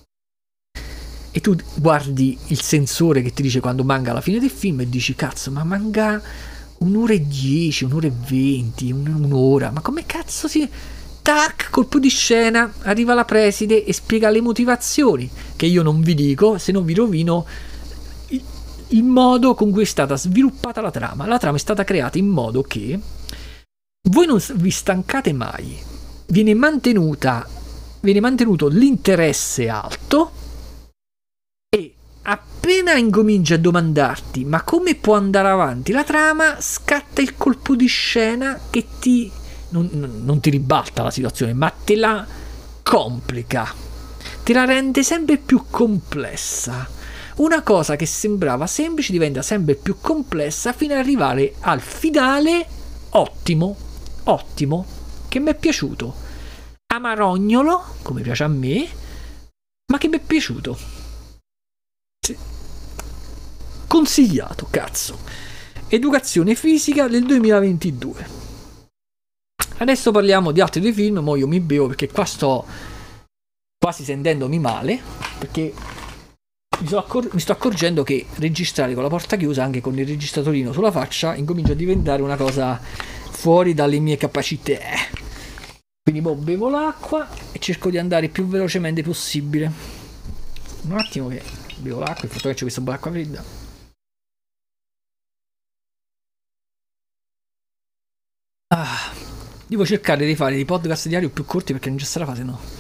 E tu guardi il sensore che ti dice quando manca alla fine del film e dici, cazzo, ma manca un'ora e dieci, un'ora e venti, un'ora, ma come cazzo si... Tac, colpo di scena, arriva la preside e spiega le motivazioni, che io non vi dico, se non vi rovino il, il modo con cui è stata sviluppata la trama. La trama è stata creata in modo che voi non vi stancate mai, viene mantenuta, viene mantenuto l'interesse alto, e appena incominci a domandarti ma come può andare avanti la trama, scatta il colpo di scena che ti... Non, non ti ribalta la situazione, ma te la complica, te la rende sempre più complessa. Una cosa che sembrava semplice diventa sempre più complessa fino ad arrivare al finale ottimo, ottimo, che mi è piaciuto. Amarognolo, come piace a me, ma che mi è piaciuto. Sì. Consigliato, cazzo. Educazione Fisica del duemilaventidue. Adesso parliamo di altri due film, mo io mi bevo perché qua sto quasi sentendomi male, perché mi, so accor- mi sto accorgendo che registrare con la porta chiusa, anche con il registratorino sulla faccia, incomincia a diventare una cosa fuori dalle mie capacità. Quindi mo bevo l'acqua e cerco di andare il più velocemente possibile. Un attimo che bevo l'acqua, il fatto che c'è questa buona acqua fredda. Ah... Devo cercare di fare dei podcast diari più corti perché non c'è sarà fase, no.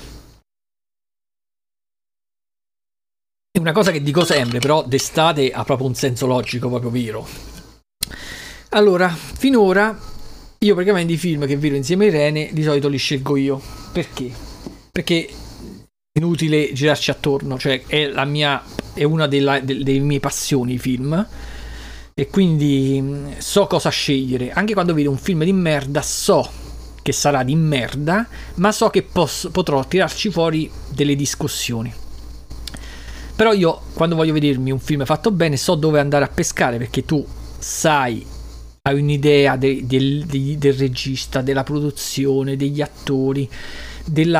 È una cosa che dico sempre, però d'estate ha proprio un senso logico, proprio vero. Allora, finora io praticamente i film che vedo insieme a Irene di solito li scelgo io. Perché? Perché è inutile girarci attorno, cioè è la mia, è una della, de, delle mie passioni i film, e quindi so cosa scegliere. Anche quando vedo un film di merda so che sarà di merda, ma so che posso, potrò tirarci fuori delle discussioni. Però io, quando voglio vedermi un film fatto bene, so dove andare a pescare, perché tu sai, hai un'idea de, de, de, del regista, della produzione, degli attori, della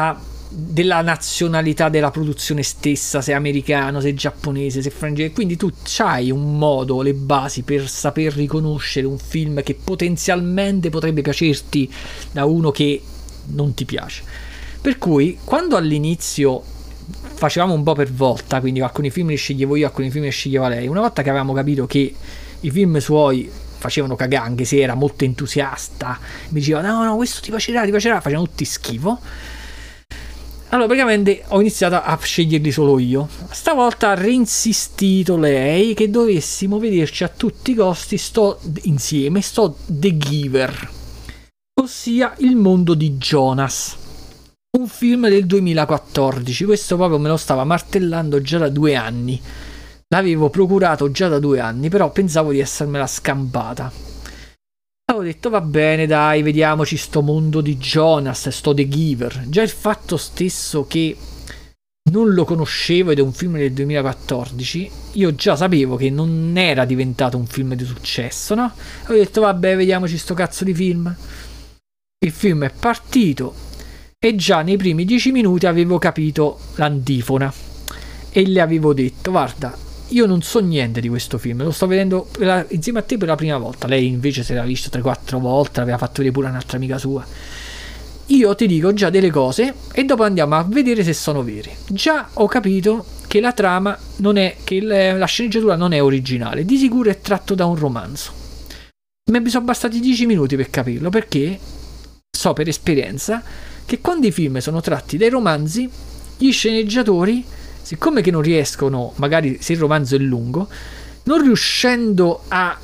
della nazionalità della produzione stessa, se è americano, se è giapponese, se è francese. Quindi tu c'hai un modo, le basi per saper riconoscere un film che potenzialmente potrebbe piacerti da uno che non ti piace. Per cui quando all'inizio facevamo un po' per volta, quindi alcuni film li sceglievo io, alcuni film li sceglieva lei, una volta che avevamo capito che i film suoi facevano cagare, anche se era molto entusiasta, mi diceva no no questo ti piacerà, ti piacerà, facevano tutti schifo. Allora praticamente ho iniziato a sceglierli solo io. Stavolta ha reinsistito lei che dovessimo vederci a tutti i costi sto insieme sto The Giver, ossia Il mondo di Jonas, un film del duemilaquattordici. Questo proprio me lo stava martellando già da due anni, l'avevo procurato già da due anni, però pensavo di essermela scampata. Avevo detto va bene dai, vediamoci sto mondo di Jonas, sto The Giver. Già il fatto stesso che non lo conoscevo ed è un film del duemilaquattordici, io già sapevo che non era diventato un film di successo, no? Avevo detto vabbè, vediamoci sto cazzo di film. Il film è partito e già nei primi dieci minuti avevo capito l'antifona e le avevo detto guarda, io non so niente di questo film, lo sto vedendo per la, insieme a te per la prima volta. Lei invece se l'ha visto tre quattro volte, l'aveva fatto vedere pure un'altra amica sua. Io ti dico già delle cose e dopo andiamo a vedere se sono vere. Già ho capito che la trama non è, che la sceneggiatura non è originale, di sicuro è tratto da un romanzo. Mi sono bastati dieci minuti per capirlo, perché so per esperienza che quando i film sono tratti dai romanzi, gli sceneggiatori, siccome che non riescono, magari se il romanzo è lungo, non riuscendo a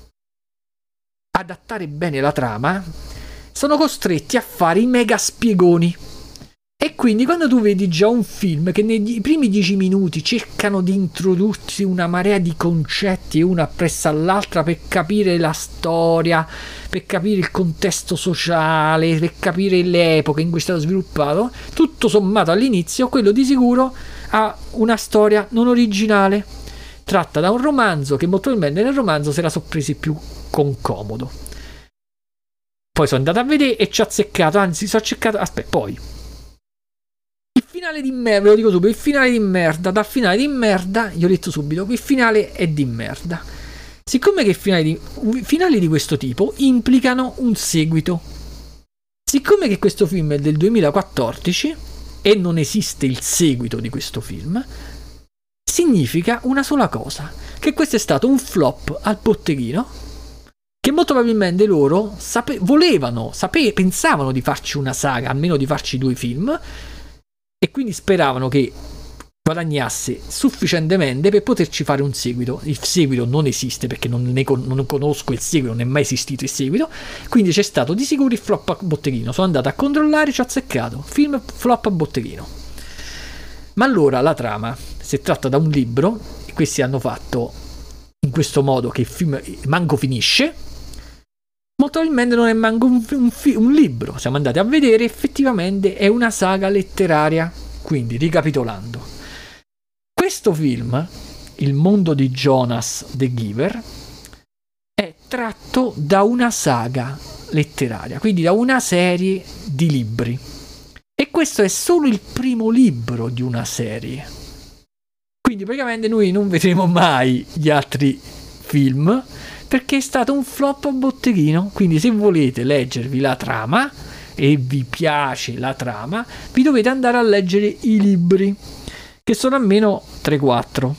adattare bene la trama, sono costretti a fare i mega spiegoni. E quindi quando tu vedi già un film che nei primi dieci minuti cercano di introdurti una marea di concetti una appresso all'altra per capire la storia, per capire il contesto sociale, per capire le epoche in cui è stato sviluppato, tutto sommato all'inizio quello di sicuro ha una storia non originale, tratta da un romanzo che molto probabilmente nel romanzo se la sono presi più con comodo. Poi sono andato a vedere e ci ho azzeccato, anzi sono azzeccato, aspetta, poi il finale di merda, ve lo dico subito, il finale di merda, dal finale di merda, gli ho detto subito, il finale è di merda. Siccome che finali di, finali di questo tipo implicano un seguito, siccome che questo film è del duemilaquattordici e non esiste il seguito di questo film, significa una sola cosa, che questo è stato un flop al botteghino, che molto probabilmente loro sape- volevano, sape- pensavano di farci una saga, almeno di farci due film, e quindi speravano che guadagnasse sufficientemente per poterci fare un seguito. Il seguito non esiste perché non, ne con- non conosco il seguito, non è mai esistito il seguito, quindi c'è stato di sicuro il flop a botteghino. Sono andato a controllare, ci ho azzeccato, film flop a botteghino. Ma allora la trama si tratta da un libro, e questi hanno fatto in questo modo che il film manco finisce, molto probabilmente non è manco un, un, un libro, siamo andati a vedere, effettivamente è una saga letteraria. Quindi ricapitolando, questo film, Il mondo di Jonas The Giver, è tratto da una saga letteraria, quindi da una serie di libri, e questo è solo il primo libro di una serie, quindi praticamente noi non vedremo mai gli altri film perché è stato un flop a botteghino. Quindi se volete leggervi la trama e vi piace la trama, vi dovete andare a leggere i libri, che sono almeno tre quattro.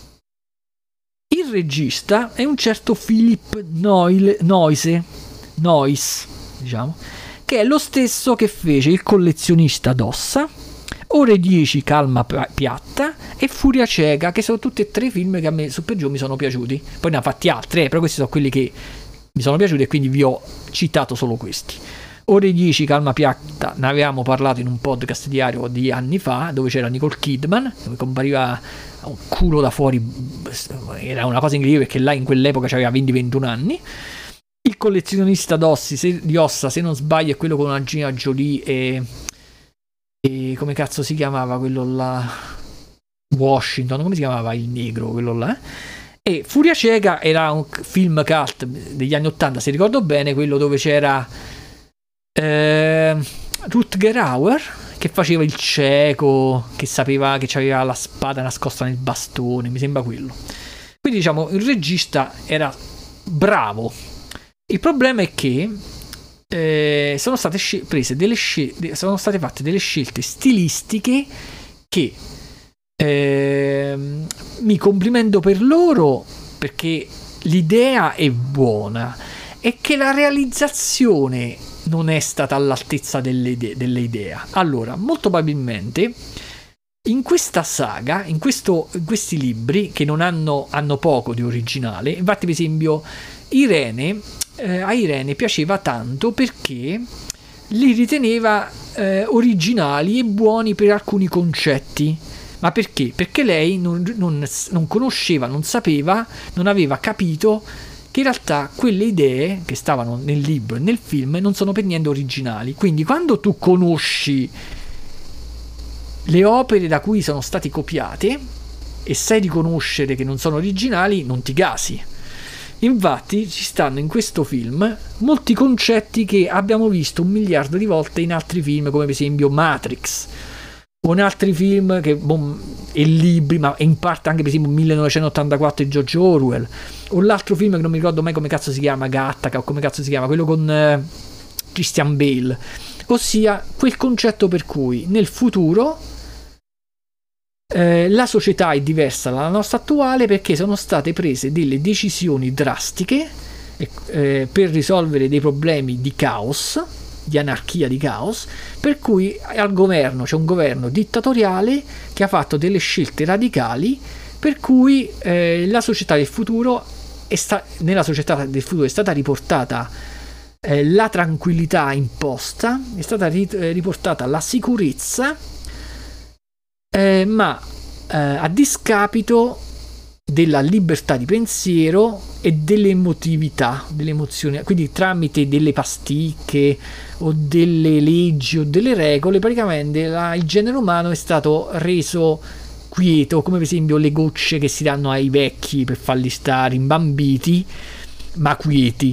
Il regista è un certo Philip Noyle, Noyce, Noyce, diciamo, che è lo stesso che fece Il collezionista d'ossa, Ore dieci calma piatta e Furia cieca, che sono tutti e tre film che a me su per giù mi sono piaciuti. Poi ne ha fatti altri, eh, però questi sono quelli che mi sono piaciuti e quindi vi ho citato solo questi. Ore dieci calma piatta ne avevamo parlato in un podcast diario di anni fa, dove c'era Nicole Kidman, dove compariva un culo da fuori, era una cosa incredibile perché là in quell'epoca aveva venti ventuno anni. Il collezionista d'ossi, se, di ossa, se non sbaglio, è quello con Angelina Jolie e, e come cazzo si chiamava quello là, Washington, come si chiamava il negro quello là? E Furia cieca era un film cult degli anni ottanta, se ricordo bene, quello dove c'era eh, Rutger Hauer, che faceva il cieco, che sapeva che aveva la spada nascosta nel bastone, mi sembra quello. Quindi diciamo il regista era bravo. Il problema è che eh, sono state scel- prese delle scelte, sono state fatte delle scelte stilistiche che eh, mi complimento per loro, perché l'idea è buona, è che la realizzazione non è stata all'altezza delle idee, delle idee. Allora, molto probabilmente in questa saga, in, questo, in questi libri che non hanno, hanno poco di originale, infatti per esempio Irene, eh, a Irene piaceva tanto perché li riteneva eh, originali e buoni per alcuni concetti. Ma perché? Perché lei non, non, non conosceva, non sapeva, non aveva capito che in realtà quelle idee che stavano nel libro e nel film non sono per niente originali. Quindi quando tu conosci le opere da cui sono state copiate e sai riconoscere che non sono originali, non ti gasi. Infatti ci stanno in questo film molti concetti che abbiamo visto un miliardo di volte in altri film, come per esempio Matrix, o in altri film che, boh, e libri, ma in parte anche per esempio millenovecentottantaquattro di George Orwell, o l'altro film che non mi ricordo mai come cazzo si chiama, Gattaca o come cazzo si chiama, quello con eh, Christian Bale, ossia quel concetto per cui nel futuro eh, la società è diversa dalla nostra attuale perché sono state prese delle decisioni drastiche eh, per risolvere dei problemi di caos, di anarchia, di caos, per cui al governo c'è un governo dittatoriale che ha fatto delle scelte radicali per cui eh, la società del futuro è sta- nella società del futuro è stata riportata eh, la tranquillità imposta, è stata ri- riportata la sicurezza, eh, ma eh, a discapito della libertà di pensiero e dell'emotività, delle emozioni, quindi tramite delle pasticche o delle leggi o delle regole praticamente la, il genere umano è stato reso quieto, come per esempio le gocce che si danno ai vecchi per farli stare imbambiti ma quieti.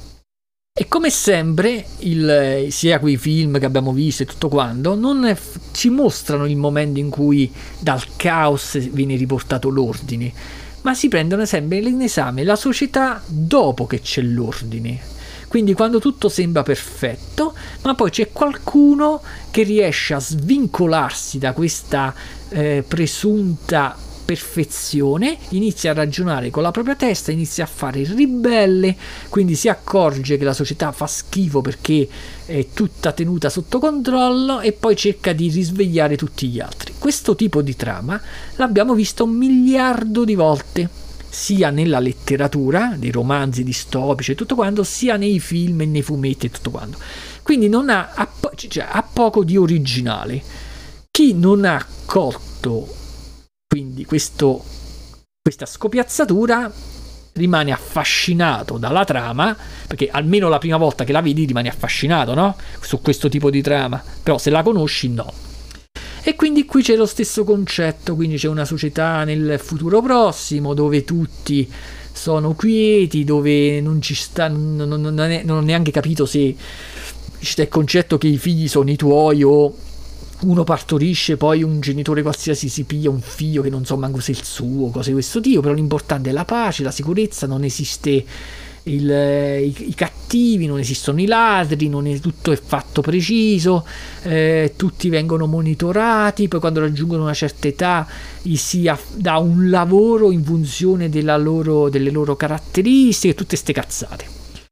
E come sempre il, sia quei film che abbiamo visto e tutto quanto non è, ci mostrano il momento in cui dal caos viene riportato l'ordine, ma si prendono sempre in esame la società dopo che c'è l'ordine. Quindi quando tutto sembra perfetto, ma poi c'è qualcuno che riesce a svincolarsi da questa eh, presunta perfezione, inizia a ragionare con la propria testa, inizia a fare il ribelle, quindi si accorge che la società fa schifo perché è tutta tenuta sotto controllo e poi cerca di risvegliare tutti gli altri. Questo tipo di trama l'abbiamo visto un miliardo di volte, sia nella letteratura, dei romanzi distopici e tutto quanto, sia nei film e nei fumetti e tutto quanto. Quindi non ha, ha, cioè, ha poco di originale. Chi non ha colto quindi questo, questa scopiazzatura rimane affascinato dalla trama, perché almeno la prima volta che la vedi rimani affascinato, no? Su questo tipo di trama, però se la conosci no. E quindi qui c'è lo stesso concetto, quindi c'è una società nel futuro prossimo dove tutti sono quieti, dove non ci sta, non, non, non, è, non ho neanche capito se c'è il concetto che i figli sono i tuoi o uno partorisce, poi un genitore qualsiasi si piglia un figlio che non so manco se è il suo, cose di questo tipo, però l'importante è la pace, la sicurezza, non esiste il, i, i cattivi, non esistono i ladri, non è, tutto è fatto preciso, eh, tutti vengono monitorati, poi quando raggiungono una certa età gli si dà un lavoro in funzione della loro, delle loro caratteristiche, tutte ste cazzate.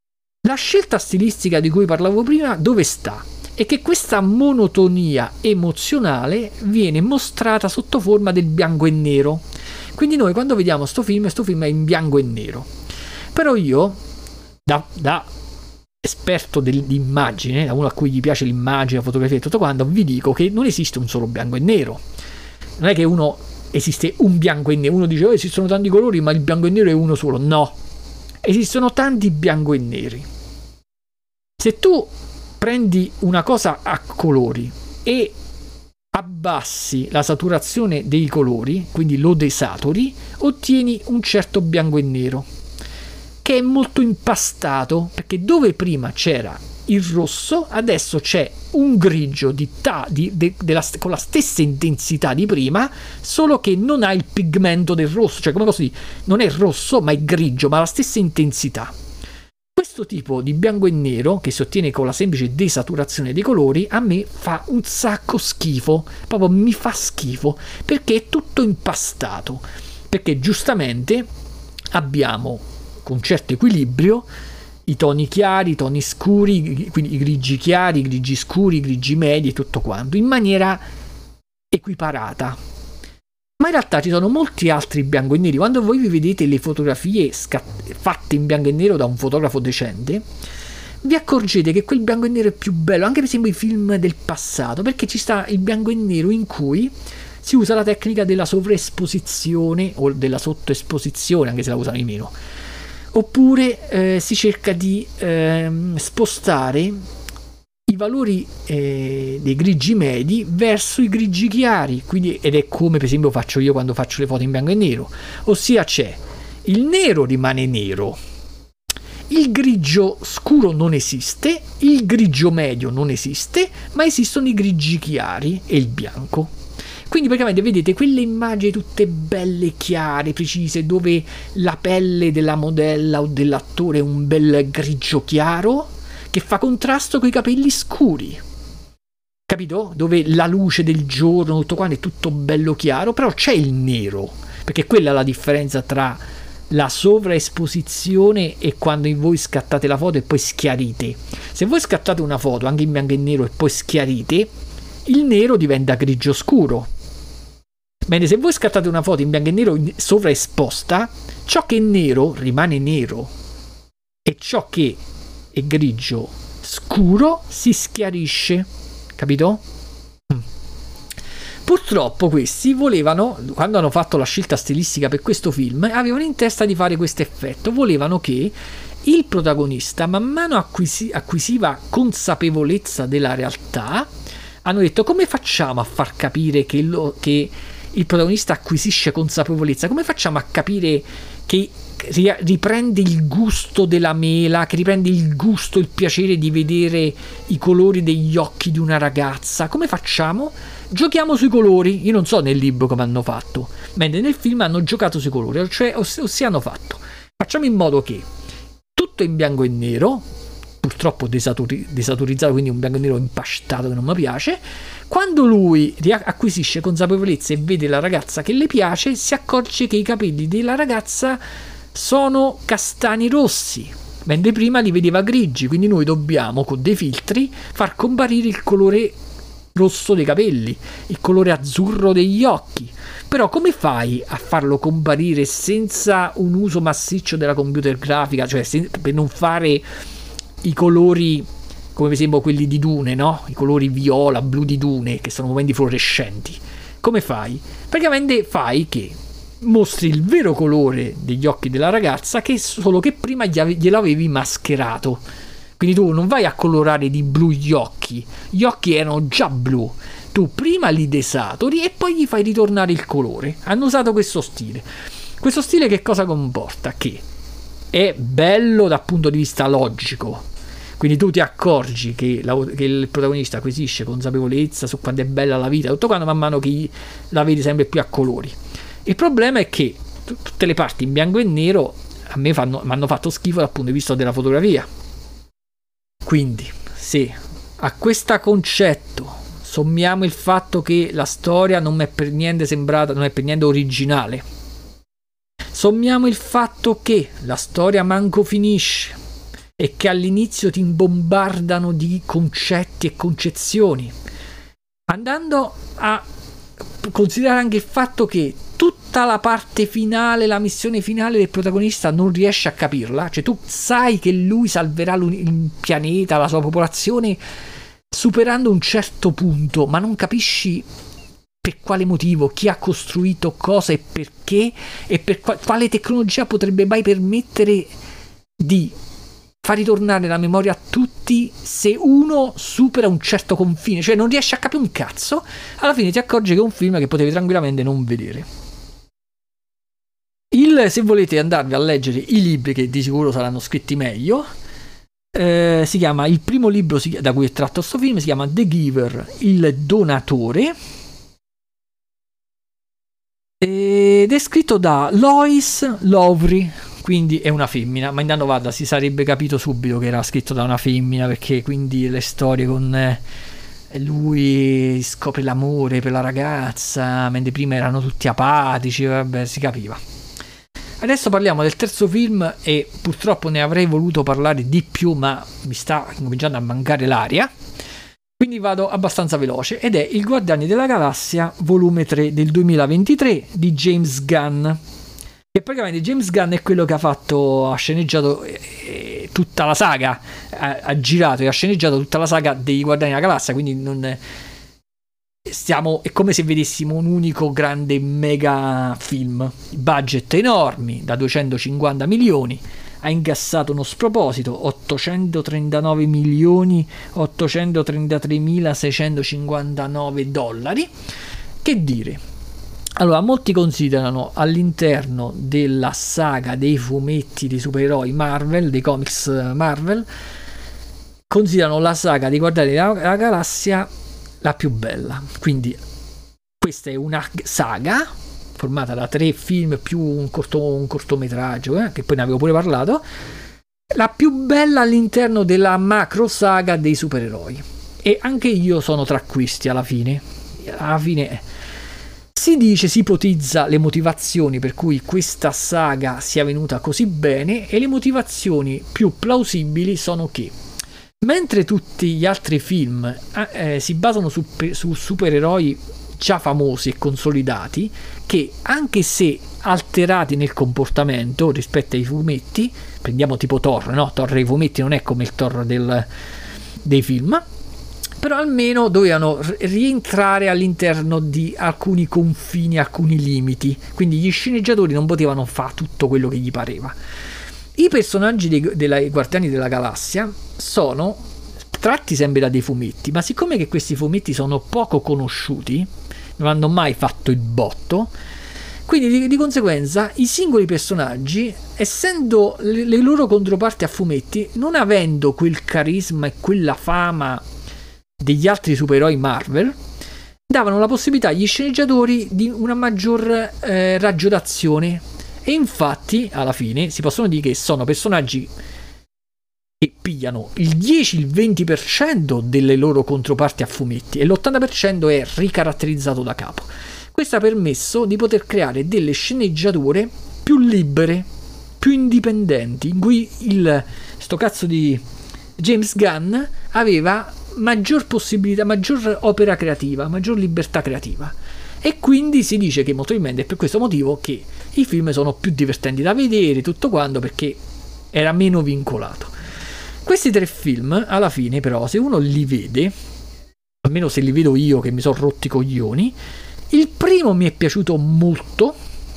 La scelta stilistica di cui parlavo prima dove sta? E che questa monotonia emozionale viene mostrata sotto forma del bianco e nero. Quindi noi quando vediamo sto film, sto film è in bianco e nero. Però io, da, da esperto dell'immagine, da uno a cui gli piace l'immagine, la fotografia e tutto quanto, vi dico che non esiste un solo bianco e nero. Non è che uno esiste un bianco e nero, uno dice oh, esistono tanti colori ma il bianco e nero è uno solo. No, esistono tanti bianco e neri. Se tu prendi una cosa a colori e abbassi la saturazione dei colori, quindi lo desaturi, ottieni un certo bianco e nero che è molto impastato, perché dove prima c'era il rosso, adesso c'è un grigio di ta, di, de, della, con la stessa intensità di prima, solo che non ha il pigmento del rosso, cioè come posso dire, non è rosso ma è grigio, ma ha la stessa intensità. Questo tipo di bianco e nero, che si ottiene con la semplice desaturazione dei colori, a me fa un sacco schifo, proprio mi fa schifo, perché è tutto impastato, perché giustamente abbiamo con certo equilibrio i toni chiari, i toni scuri, quindi i grigi chiari, i grigi scuri, i grigi medi e tutto quanto, in maniera equiparata. Ma in realtà ci sono molti altri bianco e neri. Quando voi vi vedete le fotografie fatte in bianco e nero da un fotografo decente, vi accorgete che quel bianco e nero è più bello, anche per esempio i film del passato, perché ci sta il bianco e nero in cui si usa la tecnica della sovraesposizione o della sottoesposizione, anche se la usano di meno. Oppure eh, si cerca di eh, spostare i valori eh, dei grigi medi verso i grigi chiari, quindi, ed è come per esempio faccio io quando faccio le foto in bianco e nero, ossia c'è il nero rimane nero, il grigio scuro non esiste, il grigio medio non esiste, ma esistono i grigi chiari e il bianco. Quindi praticamente vedete quelle immagini tutte belle, chiare, precise, dove la pelle della modella o dell'attore è un bel grigio chiaro che fa contrasto con i capelli scuri, capito? Dove la luce del giorno, tutto quanto è tutto bello chiaro, però c'è il nero, perché quella è la differenza tra la sovraesposizione e quando voi scattate la foto e poi schiarite. Se voi scattate una foto anche in bianco e nero e poi schiarite, il nero diventa grigio scuro. Bene, se voi scattate una foto in bianco e nero sovraesposta, ciò che è nero rimane nero e ciò che è grigio scuro si schiarisce, capito? Mm. Purtroppo questi volevano, quando hanno fatto la scelta stilistica per questo film, avevano in testa di fare questo effetto, volevano che il protagonista man mano acquisi- acquisiva consapevolezza della realtà. Hanno detto: come facciamo a far capire che, lo, che il protagonista acquisisce consapevolezza? Come facciamo a capire che riprende il gusto della mela, che riprende il gusto, il piacere di vedere i colori degli occhi di una ragazza? Come facciamo? Giochiamo sui colori. Io non so nel libro come hanno fatto, mentre nel film hanno giocato sui colori, cioè ossia hanno fatto: facciamo in modo che tutto in bianco e nero, purtroppo desaturi- desaturizzato, quindi un bianco e nero impastato che non mi piace. Quando lui acquisisce consapevolezza e vede la ragazza che le piace, si accorge che i capelli della ragazza sono castani rossi, mentre prima li vedeva grigi, quindi noi dobbiamo con dei filtri far comparire il colore rosso dei capelli, il colore azzurro degli occhi. Però come fai a farlo comparire senza un uso massiccio della computer grafica, cioè per non fare i colori come per esempio quelli di Dune, no? I colori viola, blu di Dune, che sono momenti fluorescenti. Come fai? Praticamente fai che mostri il vero colore degli occhi della ragazza, che solo che prima glielo avevi mascherato. Quindi tu non vai a colorare di blu gli occhi, gli occhi erano già blu, tu prima li desaturi e poi gli fai ritornare il colore. Hanno usato questo stile. Questo stile che cosa comporta? Che è bello dal punto di vista logico, quindi tu ti accorgi che, la, che il protagonista acquisisce consapevolezza su quanto è bella la vita, tutto quanto, man mano che la vedi sempre più a colori. Il problema è che t- tutte le parti in bianco e nero a me fanno, mi hanno fatto schifo dal punto di vista della fotografia. Quindi se a questo concetto sommiamo il fatto che la storia non è per niente sembrata, non è per niente originale, sommiamo il fatto che la storia manco finisce e che all'inizio ti bombardano di concetti e concezioni, andando a considerare anche il fatto che tutta la parte finale, la missione finale del protagonista non riesce a capirla, cioè tu sai che lui salverà il pianeta, la sua popolazione superando un certo punto, ma non capisci per quale motivo, chi ha costruito cosa e perché, e per quale tecnologia potrebbe mai permettere di fa ritornare la memoria a tutti se uno supera un certo confine, cioè non riesce a capire un cazzo. Alla fine ti accorgi che è un film che potevi tranquillamente non vedere. Il, se volete andarvi a leggere i libri, che di sicuro saranno scritti meglio, eh, si chiama, il primo libro si, da cui è tratto questo film si chiama The Giver, il donatore, ed è scritto da Lois Lowry, quindi è una femmina, ma intanto vada, si sarebbe capito subito che era scritto da una femmina, perché quindi le storie con eh, lui scopre l'amore per la ragazza, mentre prima erano tutti apatici, vabbè, si capiva. Adesso parliamo del terzo film e purtroppo ne avrei voluto parlare di più, ma mi sta cominciando a mancare l'aria. Quindi vado abbastanza veloce, ed è Il Guardiani della Galassia volume tre del duemilaventitré di James Gunn, che praticamente James Gunn è quello che ha fatto, ha sceneggiato eh, tutta la saga, ha, ha girato e ha sceneggiato tutta la saga dei Guardiani della Galassia, quindi non stiamo, è come se vedessimo un unico grande mega film, budget enormi da duecentocinquanta milioni, ha incassato uno sproposito ottocentotrentanove milioni ottocentotrentatremilaseicentocinquantanove dollari. Che dire, allora molti considerano all'interno della saga dei fumetti dei supereroi Marvel, dei comics Marvel, considerano la saga dei Guardiani della Galassia la più bella. Quindi questa è una saga formata da tre film più un, corto, un cortometraggio, eh, che poi ne avevo pure parlato, la più bella all'interno della macro saga dei supereroi, e anche io sono tra questi alla fine. Alla fine si dice, si ipotizza le motivazioni per cui questa saga sia venuta così bene, e le motivazioni più plausibili sono che mentre tutti gli altri film eh, si basano su, su supereroi già famosi e consolidati, che anche se alterati nel comportamento rispetto ai fumetti, prendiamo tipo Thor, no? Thor dei fumetti non è come il Thor del, dei film, però almeno dovevano rientrare all'interno di alcuni confini, alcuni limiti, quindi gli sceneggiatori non potevano fare tutto quello che gli pareva. I personaggi dei, dei Guardiani della Galassia sono tratti sempre da dei fumetti, ma siccome che questi fumetti sono poco conosciuti, non hanno mai fatto il botto, quindi di, di conseguenza i singoli personaggi, essendo le, le loro controparti a fumetti, non avendo quel carisma e quella fama degli altri supereroi Marvel, davano la possibilità agli sceneggiatori di una maggior eh, raggio d'azione, e infatti alla fine si possono dire che sono personaggi che pigliano il dieci venti per cento delle loro controparti a fumetti e l'ottanta per cento è ricaratterizzato da capo. Questo ha permesso di poter creare delle sceneggiature più libere, più indipendenti, in cui il sto cazzo di James Gunn aveva maggior possibilità, maggior opera creativa, maggior libertà creativa, e quindi si dice che molto probabilmente è per questo motivo che i film sono più divertenti da vedere, tutto quanto, perché era meno vincolato. Questi tre film, alla fine, però, se uno li vede, almeno se li vedo io che mi sono rotti i coglioni, il primo mi è piaciuto molto,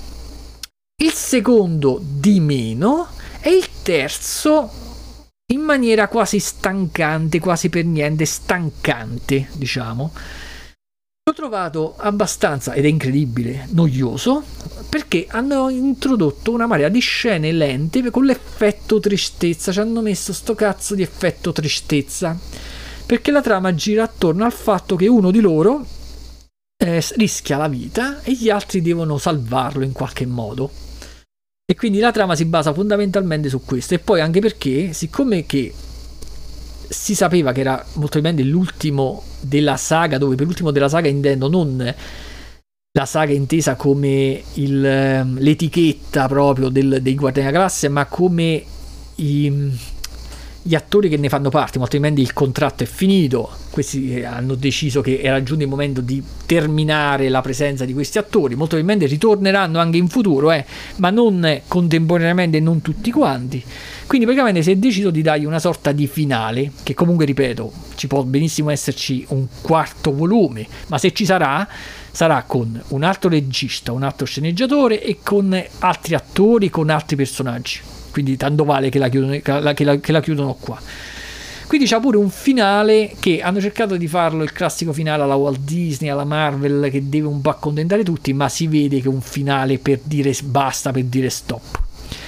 il secondo di meno, e il terzo in maniera quasi stancante, quasi per niente stancante, diciamo. L'ho trovato abbastanza, ed è incredibile, noioso, perché hanno introdotto una marea di scene lente con l'effetto tristezza, ci hanno messo sto cazzo di effetto tristezza, perché la trama gira attorno al fatto che uno di loro eh, rischia la vita e gli altri devono salvarlo in qualche modo, e quindi la trama si basa fondamentalmente su questo. E poi anche perché, siccome che si sapeva che era molto probabilmente l'ultimo della saga, dove per l'ultimo della saga intendo non la saga intesa come il, l'etichetta proprio del, dei Guardiani della Galassia, ma come i, gli attori che ne fanno parte, molto probabilmente il contratto è finito, questi hanno deciso che era giunto il momento di terminare la presenza di questi attori, molto probabilmente ritorneranno anche in futuro, eh, ma non contemporaneamente, non tutti quanti. Quindi praticamente si è deciso di dargli una sorta di finale, che comunque, ripeto, ci può benissimo esserci un quarto volume, ma se ci sarà, sarà con un altro regista, un altro sceneggiatore e con altri attori, con altri personaggi. Quindi tanto vale che la chiudono, che la, che la, che la chiudono qua. Quindi c'ha pure un finale che hanno cercato di farlo, il classico finale alla Walt Disney, alla Marvel, che deve un po' accontentare tutti, ma si vede che è un finale per dire basta, per dire stop.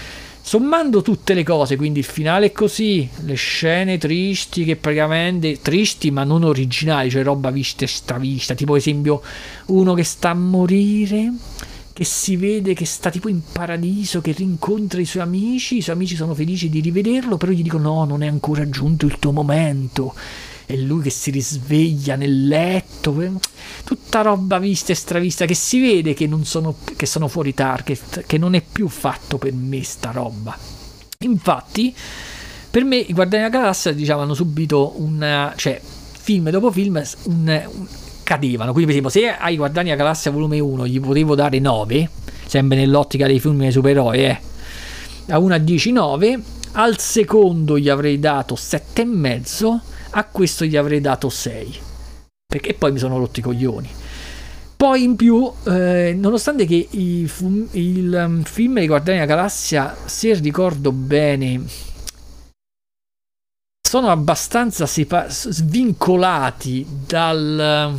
sommando tutte le cose, quindi il finale è così, le scene tristi che praticamente tristi ma non originali, cioè roba vista e stravista, tipo esempio uno che sta a morire, che si vede che sta tipo in paradiso, che rincontra i suoi amici, i suoi amici sono felici di rivederlo, però gli dicono no, non è ancora giunto il tuo momento, e lui che si risveglia nel letto, tutta roba vista e stravista, che si vede che non sono, che sono fuori target, che non è più fatto per me sta roba. Infatti per me i Guardiani della Galassia, diciamo, hanno subito una, cioè film dopo film un, un, cadevano, quindi per esempio se ai Guardiani della Galassia volume uno gli potevo dare nove, sempre nell'ottica dei film dei supereroi, eh, a uno a dieci nove, al secondo gli avrei dato sette e mezzo, a questo gli avrei dato sei, perché poi mi sono rotti i coglioni. Poi in più, eh, nonostante che i fu- il um, film dei Guardiani della Galassia, se ricordo bene, sono abbastanza sepa- svincolati dal,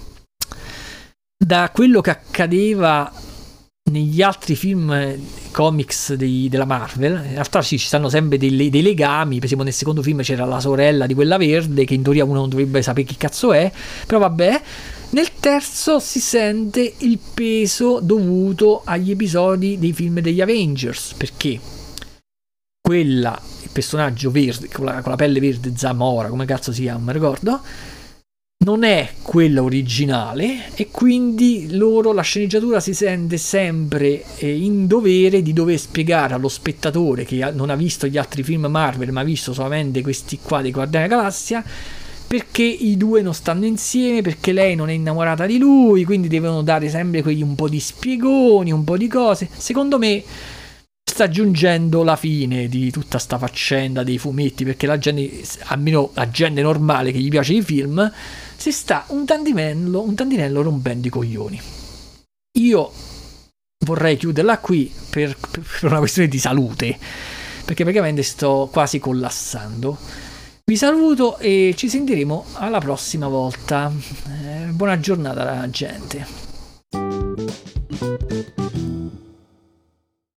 da quello che accadeva negli altri film comics dei, della Marvel. In realtà sì, ci stanno sempre dei, dei legami, per esempio nel secondo film c'era la sorella di quella verde, che in teoria uno non dovrebbe sapere chi cazzo è, però vabbè. Nel terzo si sente il peso dovuto agli episodi dei film degli Avengers, perché quella, il personaggio verde con la, con la pelle verde, Zamora, come cazzo si chiama, non mi ricordo, non è quella originale, e quindi loro, la sceneggiatura si sente sempre eh, in dovere di dover spiegare allo spettatore che non ha visto gli altri film Marvel ma ha visto solamente questi qua dei Guardiani della Galassia, perché i due non stanno insieme, perché lei non è innamorata di lui, quindi devono dare sempre quegli un po' di spiegoni, un po' di cose. Secondo me sta giungendo la fine di tutta sta faccenda dei fumetti, perché la gente, almeno la gente normale che gli piace i film, si sta un tantinello, un tantinello rompendo i coglioni. Io vorrei chiuderla qui per, per una questione di salute, perché praticamente sto quasi collassando. Vi saluto e ci sentiremo alla prossima volta. Eh, buona giornata, gente.